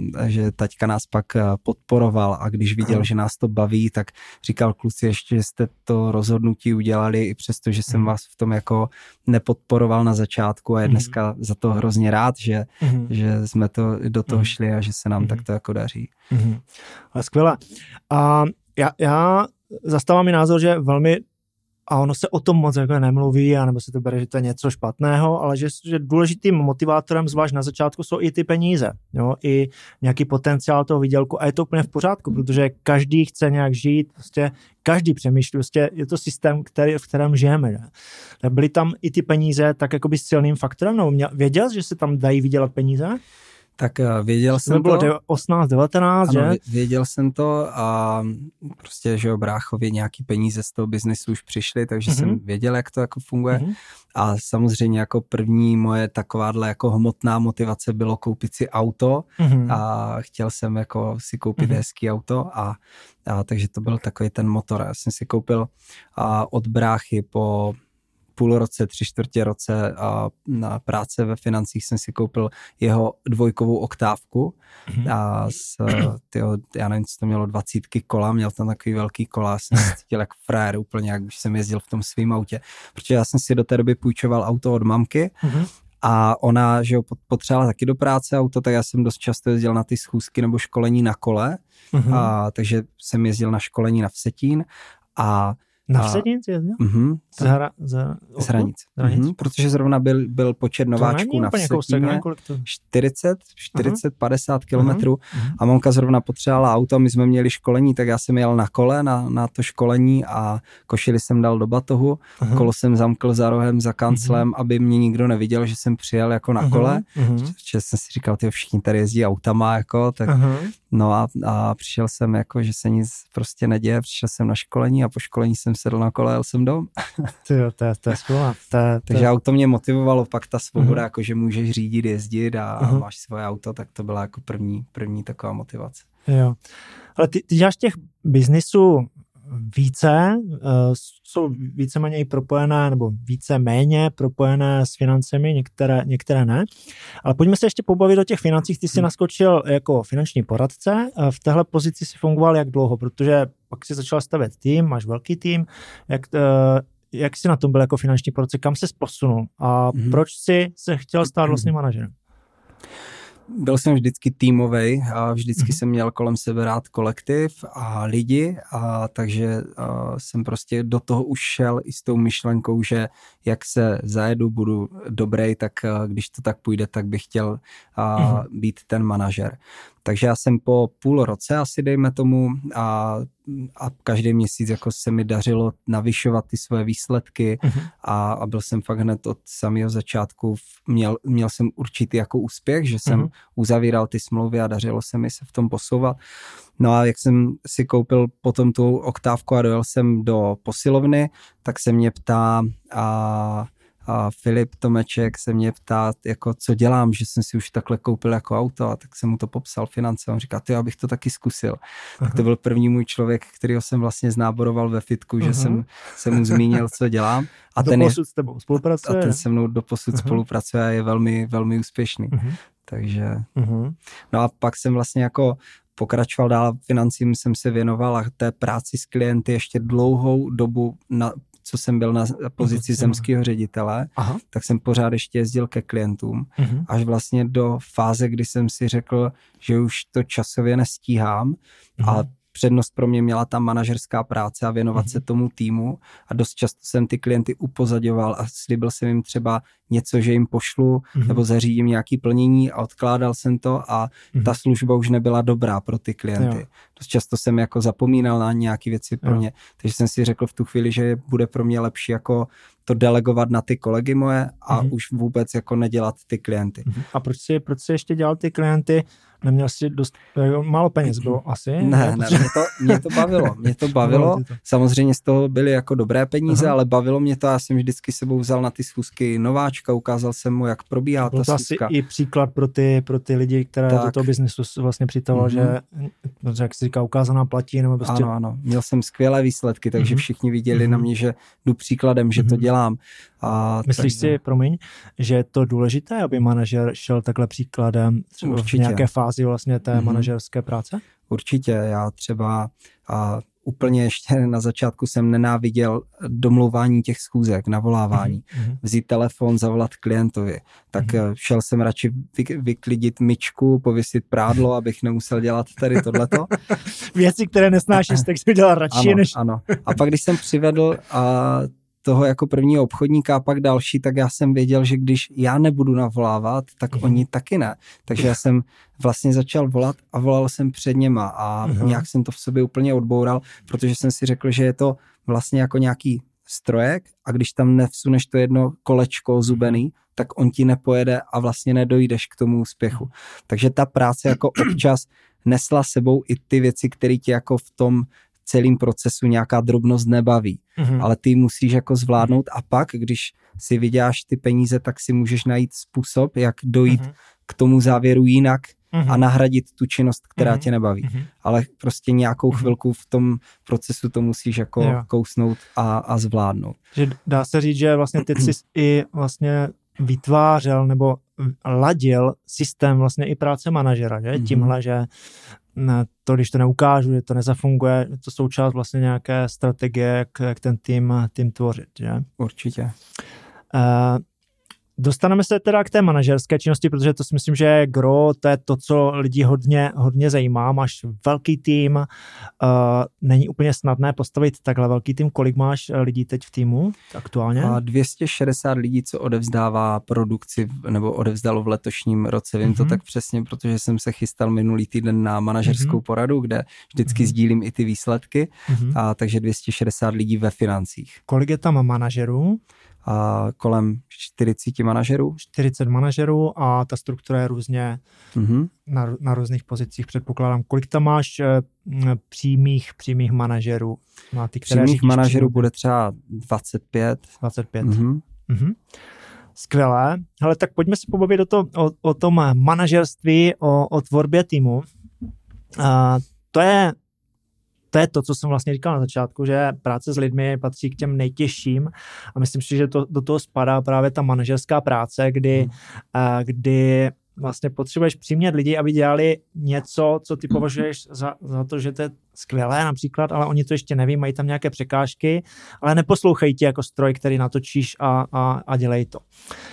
Speaker 1: že taťka nás pak podporoval a když viděl, hmm. že nás to baví, tak říkal, kluci, ještě, že jste to rozhodnutí udělali, i přesto, že jsem hmm. vás v tom jako nepodporoval na začátku a je dneska hmm. za to hrozně rád, že, hmm. že jsme to do toho šli a že se nám hmm. takto jako daří.
Speaker 2: Hmm. Ale skvělé. A já, já zastávám i názor, že velmi a ono se o tom moc jako nemluví, anebo se to bere, že to je něco špatného, ale že, že důležitým motivátorem, zvlášť na začátku, jsou i ty peníze, jo? I nějaký potenciál toho výdělku a je to úplně v pořádku, protože každý chce nějak žít, prostě každý přemýšlí, prostě je to systém, který, v kterém žijeme. Ne? Byly tam i ty peníze tak jakoby silným faktorem, no, věděl, že se tam dají vydělat peníze?
Speaker 1: Tak věděl jsem to.
Speaker 2: To bylo osmnáct devatenáct,
Speaker 1: ano,
Speaker 2: že?
Speaker 1: Věděl jsem to a prostě, že o bráchovi nějaký peníze z toho biznesu už přišly, takže mm-hmm. jsem věděl, jak to jako funguje. Mm-hmm. A samozřejmě jako první moje takováhle jako hmotná motivace bylo koupit si auto mm-hmm. a chtěl jsem jako si koupit mm-hmm. hezký auto a, a takže to byl takový ten motor. Já jsem si koupil a od bráchy po půl roce, tři čtvrtě roce a na práce ve financích jsem si koupil jeho dvojkovou oktávku mm-hmm. a s, tyjo, já nevím, co to mělo, dvacítky kola, měl tam takový velký kola, jsem se cítil jak frajer úplně, jak když jsem jezdil v tom svým autě, protože já jsem si do té doby půjčoval auto od mamky mm-hmm. a ona, že jo, potřebovala taky do práce auto, tak já jsem dost často jezdil na ty schůzky nebo školení na kole, mm-hmm. a, takže jsem jezdil na školení na Vsetín a
Speaker 2: Na Vsetín jsi jezdil?
Speaker 1: Uh-huh.
Speaker 2: Z, hra, z,
Speaker 1: z hranic. Uh-huh. Protože zrovna byl, byl počet nováčků na Vsetíně. čtyřicet, čtyřicet, uh-huh. padesát kilometrů uh-huh. a mamka zrovna potřebovala auto, my jsme měli školení, tak já jsem jel na kole na, na to školení a košili jsem dal do batohu, uh-huh. kolo jsem zamkl za rohem, za kanclem, uh-huh. aby mě nikdo neviděl, že jsem přijel jako na kole. Uh-huh. Že jsem si říkal, ty všichni tady jezdí autama, jako, tak uh-huh. no a, a přišel jsem jako, že se nic prostě neděje, přišel jsem na školení a po školení jsem sedl na kole a jel jsem dom.
Speaker 2: Tyjo, to je, to je skvělé.
Speaker 1: Takže auto mě motivovalo, pak ta svoboda, uh-huh. jako že můžeš řídit, jezdit a, uh-huh. a máš svoje auto, tak to byla jako první, první taková motivace.
Speaker 2: Jo. Ale ty, ty děláš těch biznisů více, uh, jsou víceméně i propojené, nebo více méně propojené s financemi, některé, některé ne. Ale pojďme se ještě pobavit o těch financích. Ty jsi naskočil jako finanční poradce. V téhle pozici si fungoval jak dlouho? Protože pak si začal stavět tým, máš velký tým. Jak, uh, jak jsi na tom byl jako finanční poradce? Kam se posunul? A mm-hmm. proč jsi se chtěl stát vlastně manažerem?
Speaker 1: Byl jsem vždycky týmovej a vždycky mm-hmm. jsem měl kolem sebe rád kolektiv a lidi, a takže a jsem prostě do toho už šel i s tou myšlenkou, že jak se zajedu, budu dobrý, tak a, když to tak půjde, tak bych chtěl a, mm-hmm. být ten manažer. Takže já jsem po půl roce asi dejme tomu a, a každý měsíc jako se mi dařilo navyšovat ty své výsledky uh-huh. a, a byl jsem fakt hned od samého začátku, měl, měl jsem určitý jako úspěch, že jsem uh-huh. uzavíral ty smlouvy a dařilo se mi se v tom posouvat. No a jak jsem si koupil potom tu oktávku a dojel jsem do posilovny, tak se mě ptá a A Filip Tomeček se mě ptá, jako co dělám, že jsem si už takhle koupil jako auto, a tak jsem mu to popsal finance. On říká, ty, abych to taky zkusil. Uh-huh. Tak to byl první můj člověk, kterýho jsem vlastně znáboroval ve fitku, uh-huh. že jsem se mu zmínil, co dělám. A ten
Speaker 2: doposud s tebou spolupracuje?
Speaker 1: A ten se mnou doposud uh-huh. spolupracuje a je velmi, velmi úspěšný. Uh-huh. Takže, uh-huh. no a pak jsem vlastně jako pokračoval dál, financím jsem se věnoval a té práci s klienty ještě dlouhou dobu na co jsem byl na pozici zemského ředitele, Aha. tak jsem pořád ještě jezdil ke klientům. Uh-huh. Až vlastně do fáze, kdy jsem si řekl, že už to časově nestíhám uh-huh. a přednost pro mě měla ta manažerská práce a věnovat uh-huh. se tomu týmu a dost často jsem ty klienty upozaďoval a slíbil jsem jim třeba něco, že jim pošlu uh-huh. nebo zařídím nějaké plnění a odkládal jsem to a uh-huh. ta služba už nebyla dobrá pro ty klienty. Jo. Dost často jsem jako zapomínal na nějaké věci pro jo. ně, takže jsem si řekl v tu chvíli, že bude pro mě lepší jako to delegovat na ty kolegy moje a mm-hmm. už vůbec jako nedělat ty klienty.
Speaker 2: Mm-hmm. A proč jsi, proč jsi ještě dělal ty klienty? Neměl jsi dost, málo peněz bylo asi?
Speaker 1: Ne, ne, ne mě, to, mě to bavilo. Mě to bavilo. To. Samozřejmě z toho byly jako dobré peníze, Aha. ale bavilo mě to. Já jsem vždycky sebou vzal na ty schůzky nováčka, ukázal jsem mu, jak probíhá
Speaker 2: bylo
Speaker 1: ta
Speaker 2: to
Speaker 1: schůzka.
Speaker 2: Asi i příklad pro ty, pro ty lidi, které tak. do toho biznesu vlastně přitahoval, mm-hmm. že, jak se říká, ukázaná platí. Nebo prostě...
Speaker 1: Ano, ano. Měl jsem skvělé výsledky, takže mm-hmm. všichni viděli mm-hmm. na mě, že jdu příkladem, že mm-hmm. to dělám. A
Speaker 2: myslíš tak, si, promiň, že je to důležité, aby manažer šel takhle příkladem třeba v nějaké fázi vlastně té mm-hmm. manažerské práce?
Speaker 1: Určitě. Já třeba a úplně ještě na začátku jsem nenáviděl domlouvání těch schůzek, navolávání. Mm-hmm. Vzít telefon, zavolat klientovi. Tak mm-hmm. šel jsem radši vy, vyklidit myčku, pověsit prádlo, abych nemusel dělat tady tohleto.
Speaker 2: Věci, které nesnášíš, tak jsi dělal radši,
Speaker 1: ano,
Speaker 2: než...
Speaker 1: Ano. A pak, když jsem přivedl a toho jako prvního obchodníka a pak další, tak já jsem věděl, že když já nebudu navolávat, tak mm. oni taky ne. Takže já jsem vlastně začal volat a volal jsem před něma a mm. nějak jsem to v sobě úplně odboural, protože jsem si řekl, že je to vlastně jako nějaký strojek a když tam nevsuneš to jedno kolečko zubený, tak on ti nepojede a vlastně nedojdeš k tomu úspěchu. Takže ta práce jako občas nesla sebou i ty věci, které ti jako v tom celým procesu nějaká drobnost nebaví, mm-hmm. ale ty musíš jako zvládnout a pak, když si vyděláš ty peníze, tak si můžeš najít způsob, jak dojít mm-hmm. k tomu závěru jinak mm-hmm. a nahradit tu činnost, která mm-hmm. tě nebaví. Mm-hmm. Ale prostě nějakou chvilku v tom procesu to musíš jako jo. kousnout a, a zvládnout.
Speaker 2: Že dá se říct, že vlastně ty jsi i vlastně vytvářel nebo ladil systém vlastně i práce manažera, že? Mm-hmm. Tímhle, že to, když to neukážu, že to nezafunguje, je to součást vlastně nějaké strategie, jak, jak ten tým, tým tvořit, že?
Speaker 1: Určitě.
Speaker 2: Uh, dostaneme se teda k té manažerské činnosti, protože to si myslím, že je gro, to je to, co lidi hodně, hodně zajímá. Máš velký tým, uh, není úplně snadné postavit takhle velký tým. Kolik máš lidí teď v týmu aktuálně?
Speaker 1: A dvě stě šedesát lidí, co odevzdává produkci, nebo odevzdalo v letošním roce. Vím mm-hmm. to tak přesně, protože jsem se chystal minulý týden na manažerskou mm-hmm. poradu, kde vždycky mm-hmm. sdílím i ty výsledky, mm-hmm. a takže dvě stě šedesát lidí ve financích.
Speaker 2: Kolik je tam manažerů?
Speaker 1: A kolem čtyřicet manažerů.
Speaker 2: čtyřicet manažerů a ta struktura je různě mm-hmm. na, na různých pozicích, předpokládám. Kolik tam máš e, přímých, přímých manažerů?
Speaker 1: Na ty, které přímých manažerů přímo... bude třeba dvacet pět.
Speaker 2: dvacet pět. Mm-hmm. Mm-hmm. Skvělé. Hele, tak pojďme si pobavit o, to, o, o tom manažerství, o, o tvorbě týmu. A to je To je to, co jsem vlastně říkal na začátku, že práce s lidmi patří k těm nejtěžším a myslím si, že to, do toho spadá právě ta manažerská práce, kdy, hmm. a, kdy vlastně potřebuješ přimět lidi, aby dělali něco, co ty považuješ za, za to, že to je skvělé například, ale oni to ještě neví, mají tam nějaké překážky, ale neposlouchají tě jako stroj, který natočíš a, a, a dělej to.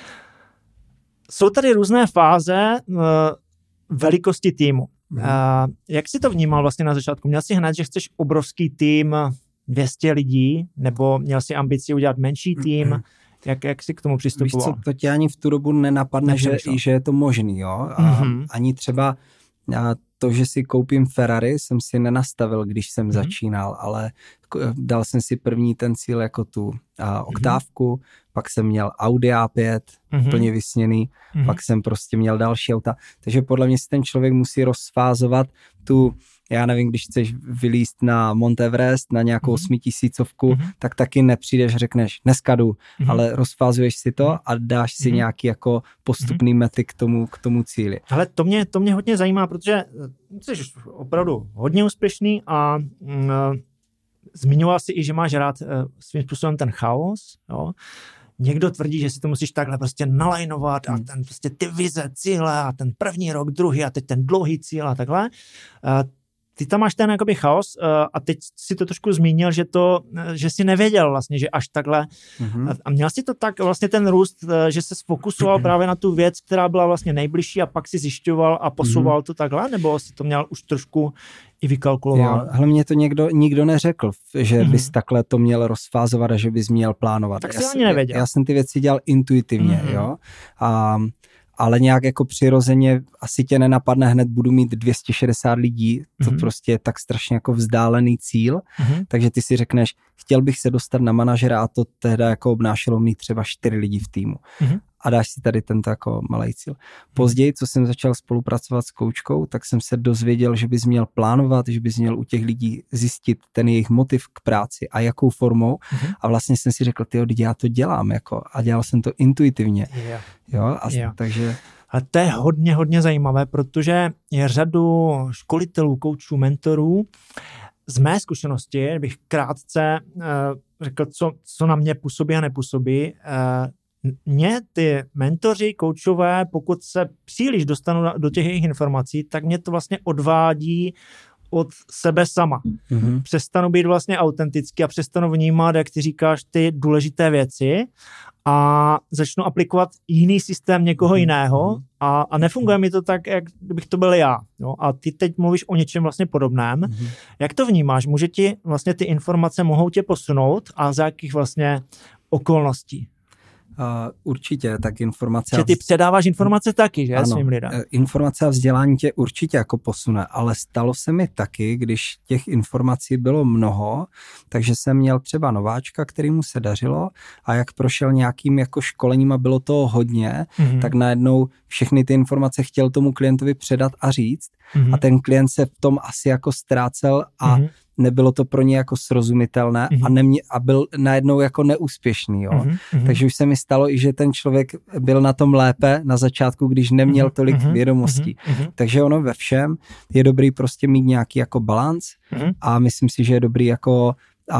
Speaker 2: Jsou tady různé fáze uh, velikosti týmu. Uh, jak jsi to vnímal vlastně na začátku? Měl jsi hned, že chceš obrovský tým, dvě stě lidí, nebo měl jsi ambici udělat menší tým? Jak, jak jsi k tomu přistupoval?
Speaker 1: Víš co, to tě ani v tu dobu nenapadne, že, že je to možný, jo? A mm-hmm. ani třeba a to, že si koupím Ferrari, jsem si nenastavil, když jsem mm-hmm. začínal, ale dal jsem si první ten cíl jako tu a, oktávku, mm-hmm. pak jsem měl Audi A pět, mm-hmm. plně vysněný, mm-hmm. pak jsem prostě měl další auta. Takže podle mě si ten člověk musí rozfázovat tu, já nevím, když chceš vylízt na Mount Everest, na nějakou mm-hmm. osmitisícovku, mm-hmm. tak taky nepřijdeš, řekneš, dneska jdu, mm-hmm. ale rozfázuješ si to a dáš si mm-hmm. nějaký jako postupný mm-hmm. mety k tomu, k tomu cíli.
Speaker 2: Ale to mě, to mě hodně zajímá, protože jsi opravdu hodně úspěšný a mm, zmiňoval jsi i, že máš rád uh, svým způsobem ten chaos, jo. Někdo tvrdí, že si to musíš takhle prostě nalajnovat a ten prostě ty vize, cíle a ten první rok, druhý a teď ten dlouhý cíl a takhle. Uh, ty tam máš ten jakoby chaos uh, a teď si to trošku zmínil, že to, že jsi nevěděl vlastně, že až takhle. Mm-hmm. A měl jsi to tak vlastně ten růst, uh, že se sfokusoval mm-hmm. právě na tu věc, která byla vlastně nejbližší a pak si zjišťoval a posouval mm-hmm. to takhle, nebo jsi to měl už trošku i vykalkuloval?
Speaker 1: Jo, ale mě to někdo, nikdo neřekl, že mm-hmm. bys takhle to měl rozfázovat a že bys měl plánovat.
Speaker 2: Tak
Speaker 1: já
Speaker 2: jsi ani nevěděl.
Speaker 1: Já jsem ty věci dělal intuitivně, mm-hmm. jo. A ale nějak jako přirozeně asi tě nenapadne hned budu mít dvě stě šedesát lidí, to mm-hmm. prostě je tak strašně jako vzdálený cíl, mm-hmm. takže ty si řekneš, chtěl bych se dostat na manažera a to tehda jako obnášelo mít třeba čtyři lidi v týmu. Mm-hmm. A dáš si tady tento jako malý cíl. Později, co jsem začal spolupracovat s koučkou, tak jsem se dozvěděl, že bys měl plánovat, že bys měl u těch lidí zjistit ten jejich motiv k práci a jakou formou. Mm-hmm. A vlastně jsem si řekl, tyjo, já to dělám jako a dělal jsem to intuitivně. Yeah. Jo, a yeah. takže...
Speaker 2: Ale to je hodně, hodně zajímavé, protože je řadu školitelů, koučů, mentorů. Z mé zkušenosti bych krátce uh, řekl, co, co na mě působí a nepůsobí. Uh, Mě ty mentoři, koučové, pokud se příliš dostanu do těch jejich informací, tak mě to vlastně odvádí od sebe sama. Mm-hmm. Přestanu být vlastně autentický a přestanu vnímat, jak ty říkáš, ty důležité věci a začnu aplikovat jiný systém někoho mm-hmm. jiného a, a nefunguje mi to tak, jak bych to byl já. Jo? A ty teď mluvíš o něčem vlastně podobném. Mm-hmm. Jak to vnímáš? Může ti vlastně ty informace mohou tě posunout a za jakých vlastně okolností?
Speaker 1: Uh, určitě, tak informace...
Speaker 2: Že ty předáváš informace taky, že? Ano, svým lidem.
Speaker 1: Informace a vzdělání tě určitě jako posune, ale stalo se mi taky, když těch informací bylo mnoho, takže jsem měl třeba nováčka, kterýmu se dařilo a jak prošel nějakým jako školením a bylo toho hodně, mm-hmm. tak najednou všechny ty informace chtěl tomu klientovi předat a říct mm-hmm. a ten klient se v tom asi jako ztrácel a mm-hmm. nebylo to pro ně jako srozumitelné mm-hmm. a, nemě, a byl najednou jako neúspěšný. Jo? Mm-hmm. Takže už se mi stalo i, že ten člověk byl na tom lépe na začátku, když neměl tolik mm-hmm. vědomostí. Mm-hmm. Takže ono ve všem je dobrý prostě mít nějaký jako balanc mm-hmm. a myslím si, že je dobrý jako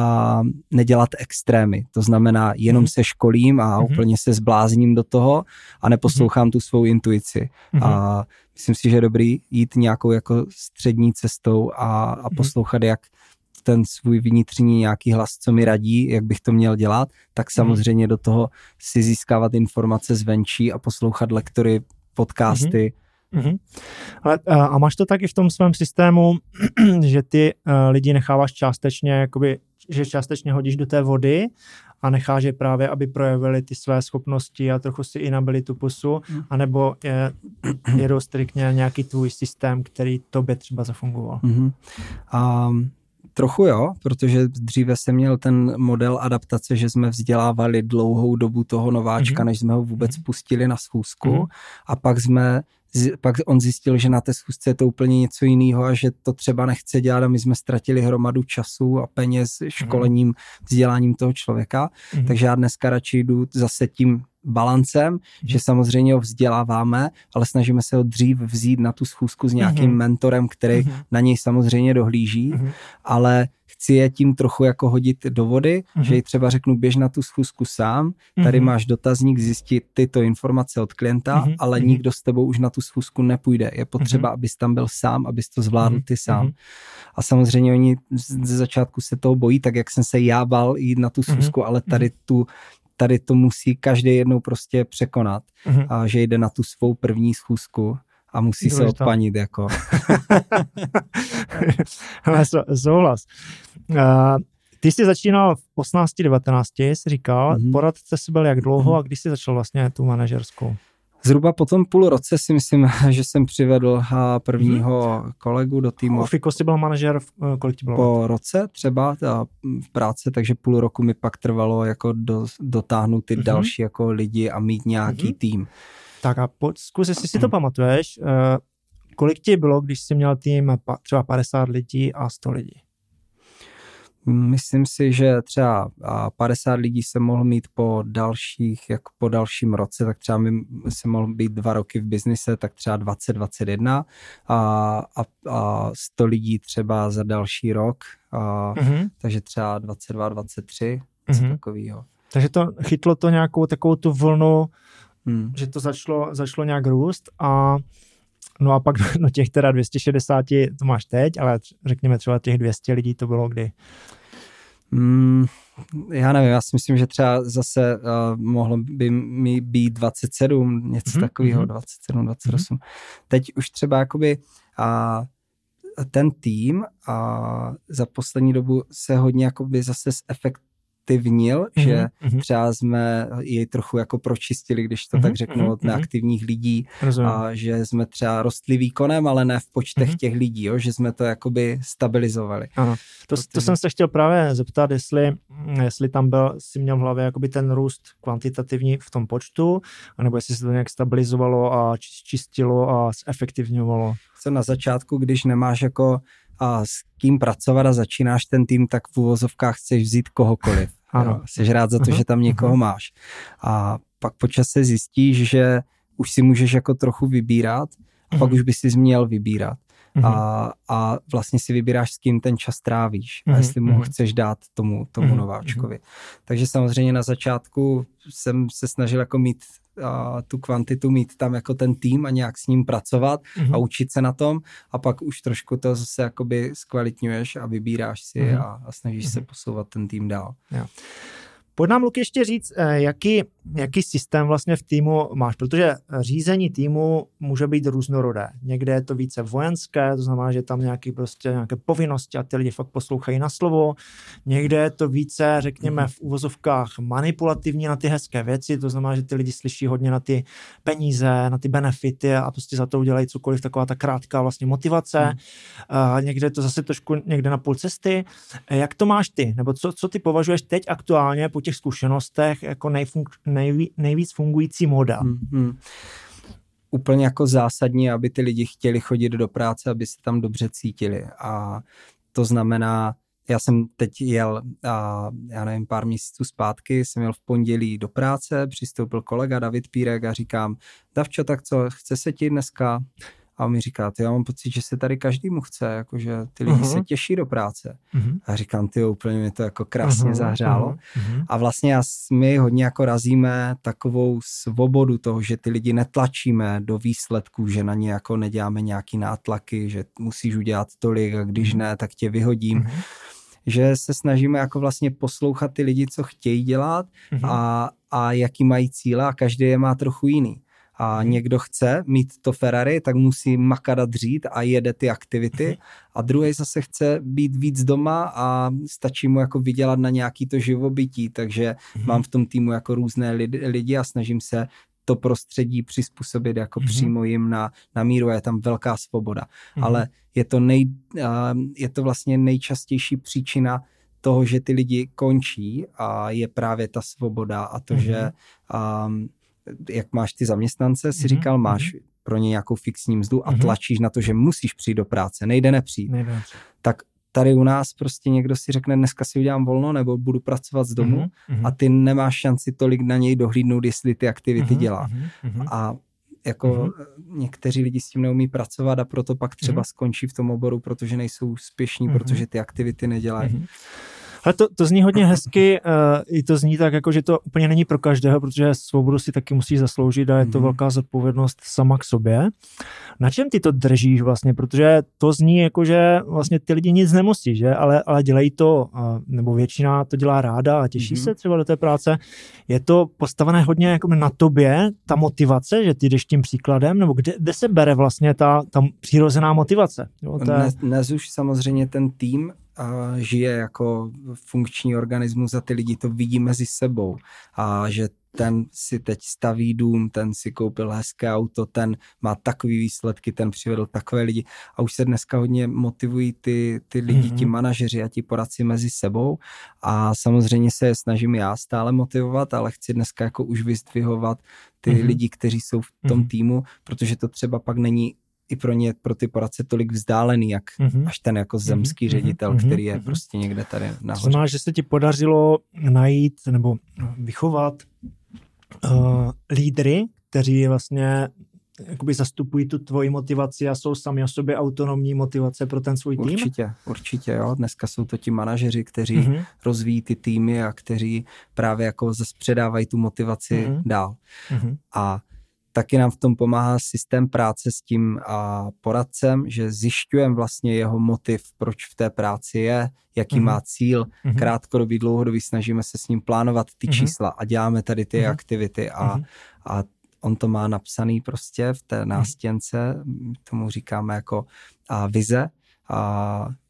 Speaker 1: a nedělat extrémy. To znamená, jenom mm-hmm. se školím a mm-hmm. úplně se zblázním do toho a neposlouchám mm-hmm. tu svou intuici. Mm-hmm. A myslím si, že je dobrý jít nějakou jako střední cestou a, a poslouchat, jak ten svůj vnitřní nějaký hlas, co mi radí, jak bych to měl dělat, tak samozřejmě mm-hmm. do toho si získávat informace zvenčí a poslouchat lektory, podcasty. Mm-hmm.
Speaker 2: Mm-hmm. Ale, a máš to taky v tom svém systému, že ty uh, lidi necháváš částečně, jakoby, že částečně hodíš do té vody a necháš je právě, aby projevili ty své schopnosti a trochu si i nabili tu pusu, mm. anebo je, je dost striktně nějaký tvůj systém, který tobě třeba zafungoval.
Speaker 1: Mm-hmm. Um... Trochu jo, protože dříve jsem měl ten model adaptace, že jsme vzdělávali dlouhou dobu toho nováčka, mm-hmm. než jsme ho vůbec mm-hmm. pustili na schůzku mm-hmm. a pak jsme, pak on zjistil, že na té schůzce je to úplně něco jiného a že to třeba nechce dělat a my jsme ztratili hromadu času a peněz školením, vzděláním toho člověka, mm-hmm. takže já dneska radši jdu zase tím balancem, mm. že samozřejmě ho vzděláváme, ale snažíme se ho dřív vzít na tu schůzku s nějakým mm. mentorem, který mm. na něj samozřejmě dohlíží, mm. ale chci je tím trochu jako hodit do vody, mm. že jí třeba řeknu, běž na tu schůzku sám, tady mm. máš dotazník, zjistit tyto informace od klienta, mm. ale mm. nikdo s tebou už na tu schůzku nepůjde. Je potřeba, mm. abys tam byl sám, abys to zvládl ty sám. Mm. A samozřejmě oni ze začátku se toho bojí, tak jak jsem se já bál jít na tu schůzku, mm. ale tady tu tady to musí každý jednou prostě překonat, mm-hmm. a že jde na tu svou první schůzku a musí Důležitá. se odpanit, jako.
Speaker 2: Ale souhlas. Uh, ty jsi začínal v osmnácti devatenácti, jsi říkal, mm-hmm. poradce jsi byl jak dlouho mm-hmm. a když jsi začal vlastně tu manažerskou?
Speaker 1: Zhruba po tom půl roce si myslím, že jsem přivedl prvního mm-hmm. kolegu do týmu.
Speaker 2: V Fiko jsi byl manažer, kolik ti bylo?
Speaker 1: Po roce třeba v práci, takže půl roku mi pak trvalo jako do, dotáhnout ty mm-hmm. další jako lidi a mít nějaký mm-hmm. tým.
Speaker 2: Tak a po, zkus, jestli si to pamatuješ, kolik ti bylo, když jsi měl tým třeba padesát lidí a sto lidí?
Speaker 1: Myslím si, že třeba padesát lidí se mohl mít po dalších, jako po dalším roce, tak třeba mi se mohl být dva roky v biznise, tak třeba dvacet, dvacet jedna a, a, a sto lidí třeba za další rok, a, mm-hmm. takže třeba dvacet dva, dvacet tři, něco mm-hmm. takového.
Speaker 2: Takže to chytlo to nějakou takovou tu vlnu, hmm. že to začalo, začalo nějak růst a no a pak no těch teda dvě stě šedesát to máš teď, ale řekněme třeba těch dvě stě lidí to bylo kdy?
Speaker 1: Mm, já nevím, já si myslím, že třeba zase uh, mohlo by mi být dvacet sedm, něco mm-hmm. takového, dvacet sedm, dvacet osm. Mm-hmm. Teď už třeba jakoby uh, ten tým uh, za poslední dobu se hodně jakoby zase zefekt zaktivnil, mm-hmm. že
Speaker 2: mm-hmm.
Speaker 1: třeba jsme jej trochu jako pročistili, když to mm-hmm. tak řeknu,
Speaker 2: mm-hmm.
Speaker 1: od neaktivních lidí.
Speaker 2: Rozumím.
Speaker 1: A že jsme třeba rostli výkonem, ale ne v počtech
Speaker 2: mm-hmm.
Speaker 1: těch lidí, jo? Že jsme to jakoby stabilizovali.
Speaker 2: Ano, to, Protože... to jsem se chtěl právě zeptat, jestli, jestli tam byl, si měl v hlavě jakoby ten růst kvantitativní v tom počtu, anebo jestli se to nějak stabilizovalo a čistilo a zefektivňovalo.
Speaker 1: Co na začátku, když nemáš jako a s kým pracovat a začínáš ten tým, tak v uvozovkách chceš vzít kohokoliv.
Speaker 2: Ano.
Speaker 1: Jsi rád za to, uh-huh. že tam někoho uh-huh. máš. A pak po čase zjistíš, že už si můžeš jako trochu vybírat a uh-huh. pak už bys si měl vybírat. Uh-huh. A, a vlastně si vybíráš, s kým ten čas trávíš uh-huh. a jestli mu uh-huh. chceš dát tomu, tomu uh-huh. nováčkovi. Uh-huh. Takže samozřejmě na začátku jsem se snažil jako mít a tu kvantitu, mít tam jako ten tým a nějak s ním pracovat uh-huh. a učit se na tom a pak už trošku to zase jakoby zkvalitňuješ a vybíráš si uh-huh. a, a snažíš uh-huh. se posouvat ten tým dál.
Speaker 2: Jo. Pojď nám, Luky, ještě říct, jaký, jaký systém vlastně v týmu máš, protože řízení týmu může být různorodé. Někde je to více vojenské, to znamená, že tam nějaký prostě nějaké povinnosti a ty lidi fakt poslouchají na slovo. Někde je to více, řekněme, v uvozovkách manipulativní na ty hezké věci, to znamená, že ty lidi slyší hodně na ty peníze, na ty benefity a prostě za to udělají cokoliv, taková ta krátká vlastně motivace. Hmm. A někde je to zase trošku někde na půl cesty. Jak to máš ty? Nebo co, co ty považuješ teď aktuálně po těch zkušenostech jako nejfunk, nejví, nejvíc fungující model?
Speaker 1: Mm-hmm. Úplně jako zásadní, aby ty lidi chtěli chodit do práce, aby se tam dobře cítili. A to znamená, já jsem teď jel, a já nevím, pár měsíců zpátky, jsem jel v pondělí do práce, přistoupil kolega David Pírek a říkám, Davčo, tak co, chce se ti dneska? A on mi říká, ty, já mám pocit, že se tady každému chce, jakože ty lidi uh-huh. se těší do práce. Uh-huh. A říkám, ty, úplně mi to jako krásně uh-huh. zahřálo. Uh-huh. A vlastně já, my hodně jako razíme takovou svobodu toho, že ty lidi netlačíme do výsledků, že na ně jako neděláme nějaký nátlaky, že musíš udělat tolik a když ne, tak tě vyhodím. Uh-huh. Že se snažíme jako vlastně poslouchat ty lidi, co chtějí dělat uh-huh. a, a jaký mají cíle a každý je má trochu jiný. A někdo chce mít to Ferrari, tak musí makat a dřít a jede ty aktivity. A druhý zase chce být víc doma a stačí mu jako vydělat na nějaký to živobytí. Takže mm-hmm. mám v tom týmu jako různé lidi a snažím se to prostředí přizpůsobit jako mm-hmm. přímo jim na, na míru a je tam velká svoboda. Mm-hmm. Ale je to, nej, je to vlastně nejčastější příčina toho, že ty lidi končí a je právě ta svoboda a to, mm-hmm. že... Um, jak máš ty zaměstnance, si mm-hmm. říkal, máš mm-hmm. pro ně nějakou fixní mzdu a mm-hmm. tlačíš na to, že musíš přijít do práce, nejde nepřijít. Nejde. Tak tady u nás prostě někdo si řekne, dneska si udělám volno nebo budu pracovat z domu mm-hmm. a ty nemáš šanci tolik na něj dohlídnout, jestli ty aktivity mm-hmm. dělá. Mm-hmm. A jako mm-hmm. někteří lidi s tím neumí pracovat a proto pak třeba mm-hmm. skončí v tom oboru, protože nejsou úspěšní, mm-hmm. protože ty aktivity nedělají. Mm-hmm.
Speaker 2: Ale to, to zní hodně hezky, uh, i to zní tak, jako, že to úplně není pro každého, protože svobodu si taky musíš zasloužit a je to mm. velká zodpovědnost sama k sobě. Na čem ty to držíš vlastně? Protože to zní jako, že vlastně ty lidi nic nemusí, že? Ale, ale dělají to, uh, nebo většina to dělá ráda a těší mm. se třeba do té práce. Je to postavené hodně jako na tobě, ta motivace, že ty jdeš tím příkladem, nebo kde, kde se bere vlastně ta, ta přirozená motivace? Jo, to je...
Speaker 1: dnes, dnes už samozřejmě ten tým a žije jako funkční organismus a ty lidi to vidí mezi sebou a že ten si teď staví dům, ten si koupil hezké auto, ten má takový výsledky, ten přivedl takové lidi a už se dneska hodně motivují ty, ty lidi, mm-hmm. ti manažeři a ti poradci mezi sebou a samozřejmě se snažím já stále motivovat, ale chci dneska jako už vyzdvihovat ty mm-hmm. lidi, kteří jsou v tom mm-hmm. týmu, protože to třeba pak není i pro ně, pro ty poradce tolik vzdálený, jak mm-hmm. až ten jako zemský mm-hmm. ředitel, mm-hmm. který je mm-hmm. prostě někde tady nahoře.
Speaker 2: To znamená, že se ti podařilo najít nebo vychovat uh, lídry, kteří vlastně jakoby zastupují tu tvoji motivaci a jsou sami o sobě autonomní motivace pro ten svůj tým?
Speaker 1: Určitě, určitě, jo. Dneska jsou to ti manažeři, kteří mm-hmm. rozvíjí ty týmy a kteří právě jako zase předávají tu motivaci mm-hmm. dál. Mm-hmm. A taky nám v tom pomáhá systém práce s tím a poradcem, že zjišťujeme vlastně jeho motiv, proč v té práci je, jaký mm-hmm. má cíl, mm-hmm. krátkodobý, dlouhodobý, snažíme se s ním plánovat ty mm-hmm. čísla a děláme tady ty mm-hmm. aktivity a, mm-hmm. a on to má napsaný prostě v té nástěnce, tomu říkáme jako a vize a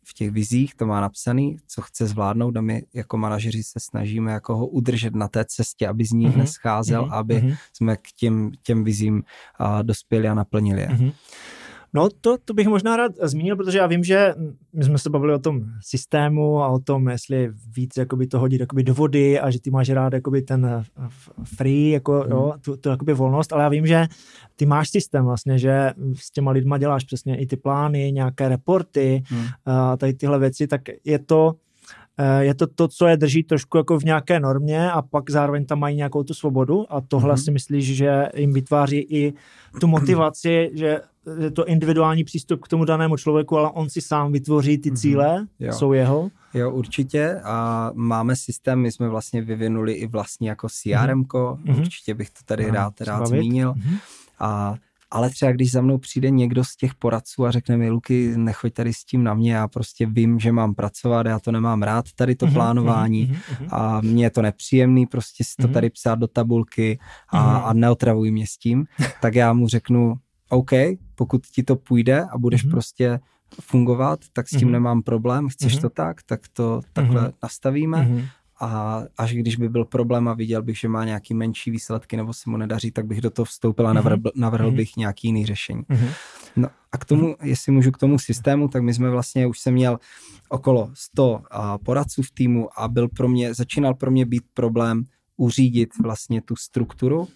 Speaker 1: v těch vizích to má napsaný, co chce zvládnout a my jako manažeři se snažíme jako ho udržet na té cestě, aby z ní mm-hmm. nescházel, mm-hmm. aby mm-hmm. jsme k těm, těm vizím a, dospěli a naplnili je. Mm-hmm.
Speaker 2: No to, to bych možná rád zmínil, protože já vím, že my jsme se bavili o tom systému a o tom, jestli víc jakoby to hodit jakoby do vody a že ty máš rád jakoby ten free, jako, mm. jo, tu, tu jakoby volnost, ale já vím, že ty máš systém vlastně, že s těma lidma děláš přesně i ty plány, nějaké reporty mm. a tady tyhle věci, tak je to je to to, co je drží trošku jako v nějaké normě a pak zároveň tam mají nějakou tu svobodu a tohle mm. si myslíš, že jim vytváří i tu motivaci, že je to individuální přístup k tomu danému člověku, ale on si sám vytvoří ty cíle, mm-hmm. jsou jeho?
Speaker 1: Jo, určitě a máme systém, my jsme vlastně vyvinuli i vlastní jako C R M ko, mm-hmm. určitě bych to tady Aha, rád, rád zmínil. Mm-hmm. A ale třeba když za mnou přijde někdo z těch poradců a řekne mi, Luky, nechoď tady s tím na mě, já prostě vím, že mám pracovat, já to nemám rád, tady to mm-hmm, plánování mm-hmm. a mně je to nepříjemný prostě si to tady psát do tabulky a, mm-hmm. a neotravuj mě s tím, tak já mu řeknu, OK, pokud ti to půjde a budeš mm-hmm. prostě fungovat, tak s tím mm-hmm. nemám problém, chceš mm-hmm. to tak, tak to takhle mm-hmm. nastavíme. Mm-hmm. A až když by byl problém a viděl bych, že má nějaký menší výsledky nebo se mu nedaří, tak bych do toho vstoupil a navrhl, navrhl bych nějaký jiný řešení. Mm-hmm. No a k tomu, jestli můžu k tomu systému, tak my jsme vlastně, už jsem měl okolo sto poradců v týmu a byl pro mě, začínal pro mě být problém uřídit vlastně tu strukturu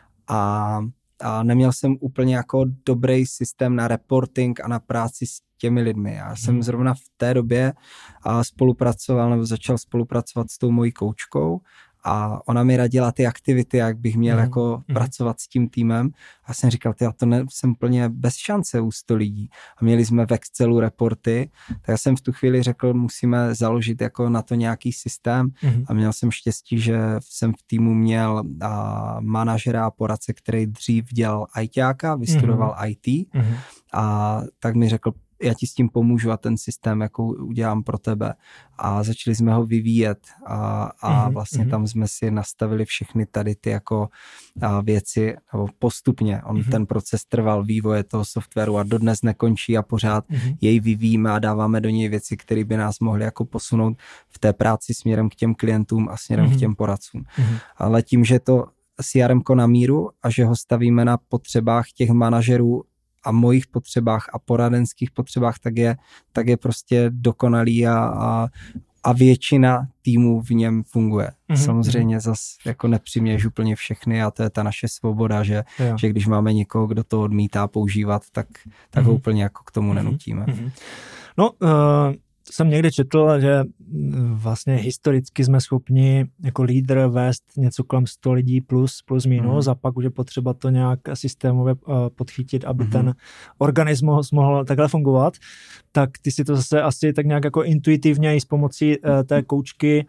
Speaker 1: a a neměl jsem úplně jako dobrý systém na reporting a na práci s těmi lidmi. Já jsem zrovna v té době spolupracoval nebo začal spolupracovat s tou mojí koučkou a ona mi radila ty aktivity, jak bych měl mm. jako mm. pracovat s tím týmem. A jsem říkal, já to ne, jsem plně bez šance u sto lidí. A měli jsme v Excelu reporty, tak já jsem v tu chvíli řekl, musíme založit jako na to nějaký systém. Mm. A měl jsem štěstí, že jsem v týmu měl a, manažera a poradce, který dřív dělal ajťáka, vystudoval mm. í té. Mm. A tak mi řekl, já ti s tím pomůžu a ten systém jako udělám pro tebe. A začali jsme ho vyvíjet a, a mm-hmm. vlastně tam jsme si nastavili všechny tady ty jako a věci nebo postupně. On mm-hmm. ten proces trval vývoje toho softwaru a dodnes nekončí a pořád mm-hmm. jej vyvíjíme a dáváme do něj věci, které by nás mohly jako posunout v té práci směrem k těm klientům a směrem mm-hmm. k těm poradcům. Mm-hmm. Ale tím, že to C R M ko na míru a že ho stavíme na potřebách těch manažerů a mojich potřebách a poradenských potřebách, tak je, tak je prostě dokonalý a, a, a většina týmů v něm funguje. Mm-hmm. Samozřejmě zas jako nepřiměš úplně všechny a to je ta naše svoboda, že, že když máme někoho, kdo to odmítá používat, tak, tak mm-hmm. ho úplně jako k tomu mm-hmm. nenutíme.
Speaker 2: Mm-hmm. No, uh... jsem někde četl, že vlastně historicky jsme schopni jako lídr vést něco kolem sto lidí plus, plus minus mm. a pak už je potřeba to nějak systémově podchytit, aby mm. ten organismus mohl takhle fungovat. Tak ty si to zase asi tak nějak jako intuitivně i s pomocí té koučky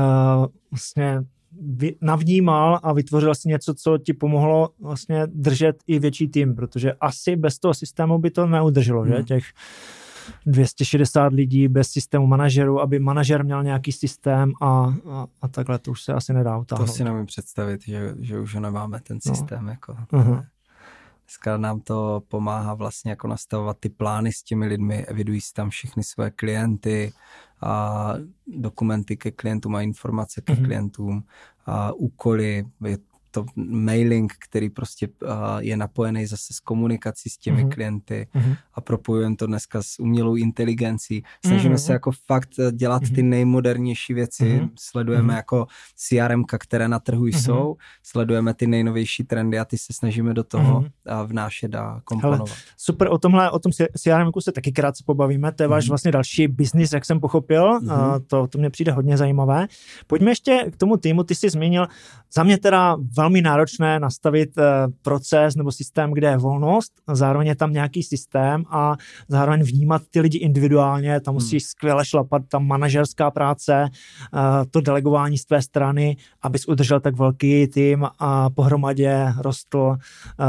Speaker 2: vlastně navnímal a vytvořil si něco, co ti pomohlo vlastně držet i větší tým, protože asi bez toho systému by to neudrželo, mm. že? Těch dvě stě šedesát lidí bez systému manažerů, aby manažer měl nějaký systém a, a, a takhle to už se asi nedá utáhnout.
Speaker 1: To si nemůžu představit, že, že už nemáme ten systém. No. Jako. Uh-huh. Dneska nám to pomáhá vlastně jako nastavovat ty plány s těmi lidmi, evidují si tam všechny své klienty a dokumenty ke klientům a informace ke uh-huh. klientům a úkoly, je to mailing, který prostě uh, je napojený zase s komunikací s těmi mm-hmm. klienty mm-hmm. a propojujeme to dneska s umělou inteligencí. Snažíme mm-hmm. se jako fakt dělat mm-hmm. ty nejmodernější věci. Mm-hmm. Sledujeme mm-hmm. jako C R M ka, které na trhu mm-hmm. jsou, sledujeme ty nejnovější trendy a ty se snažíme do toho mm-hmm. vnášet a komponovat. Hele,
Speaker 2: super, o tomhle, o tom C R M ku se taky krátce pobavíme. To je mm-hmm. váš vlastně další biznis, jak jsem pochopil. Mm-hmm. A to, to mě přijde hodně zajímavé. Pojďme ještě k tomu týmu. Ty jsi zmínil, za mě teda velmi náročné nastavit uh, proces nebo systém, kde je volnost, zároveň je tam nějaký systém a zároveň vnímat ty lidi individuálně, tam musíš hmm. skvěle šlapat, tam manažerská práce, uh, to delegování z tvé strany, abys udržel tak velký tým a pohromadě rostl uh,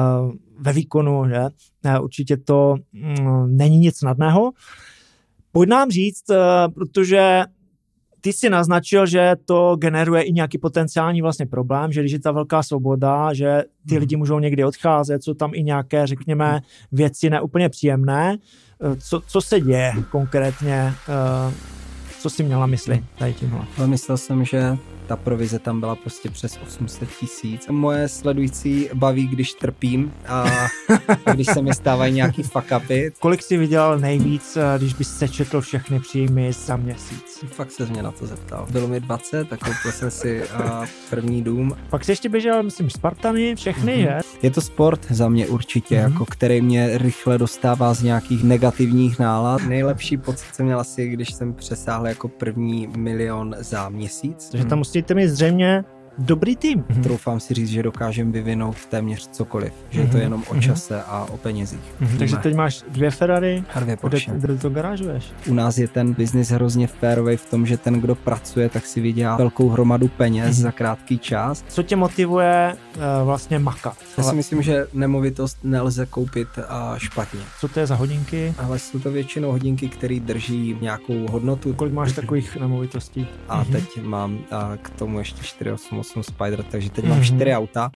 Speaker 2: ve výkonu, že? Uh, určitě to um, není nic snadného. Pojď nám říct, uh, protože ty jsi naznačil, že to generuje i nějaký potenciální vlastně problém, že když je ta velká svoboda, že ty hmm. lidi můžou někdy odcházet, jsou tam i nějaké, řekněme, věci neúplně příjemné. co, co se děje konkrétně, co jsi měla mysli tady tímhle?
Speaker 1: Myslel jsem, že ta provize tam byla prostě přes osm set tisíc. Moje sledující baví, když trpím a když se mi stávají nějaký fuck upy.
Speaker 2: Kolik jsi vydělal nejvíc, když bys sečetl všechny příjmy za měsíc?
Speaker 1: Fakt se mě na to zeptal. Bylo mi dvacet, tak koupil jsem si uh, první dům.
Speaker 2: Pak jsi ještě běžel, myslím, Spartany, všechny, mm-hmm. že?
Speaker 1: Je to sport za mě určitě, mm-hmm. jako který mě rychle dostává z nějakých negativních nálad. Nejlepší pocit jsem měl asi, když jsem přesáhl jako první milion za měsíc.
Speaker 2: Takže tam musíte mít zřejmě dobrý tým.
Speaker 1: Mm-hmm. Troufám si říct, že dokážem vyvinout téměř cokoliv. Že mm-hmm. je to jenom o čase a o penězích.
Speaker 2: Mm-hmm. Takže teď máš dvě Ferrari
Speaker 1: a dvě Porsche.
Speaker 2: Kde, kde to garážuješ?
Speaker 1: U nás je ten biznis hrozně férovej v tom, že ten, kdo pracuje, tak si vydělá velkou hromadu peněz mm-hmm. za krátký čas.
Speaker 2: Co tě motivuje uh, vlastně makat?
Speaker 1: Já si myslím, že nemovitost nelze koupit uh, špatně.
Speaker 2: Co to je za hodinky?
Speaker 1: Ale jsou to většinou hodinky, které drží nějakou hodnotu.
Speaker 2: Kolik máš takových nemovitostí?
Speaker 1: A mm-hmm. teď mám uh, k tomu ještě čtyři osm osm Spider, takže teď mám čtyři auta.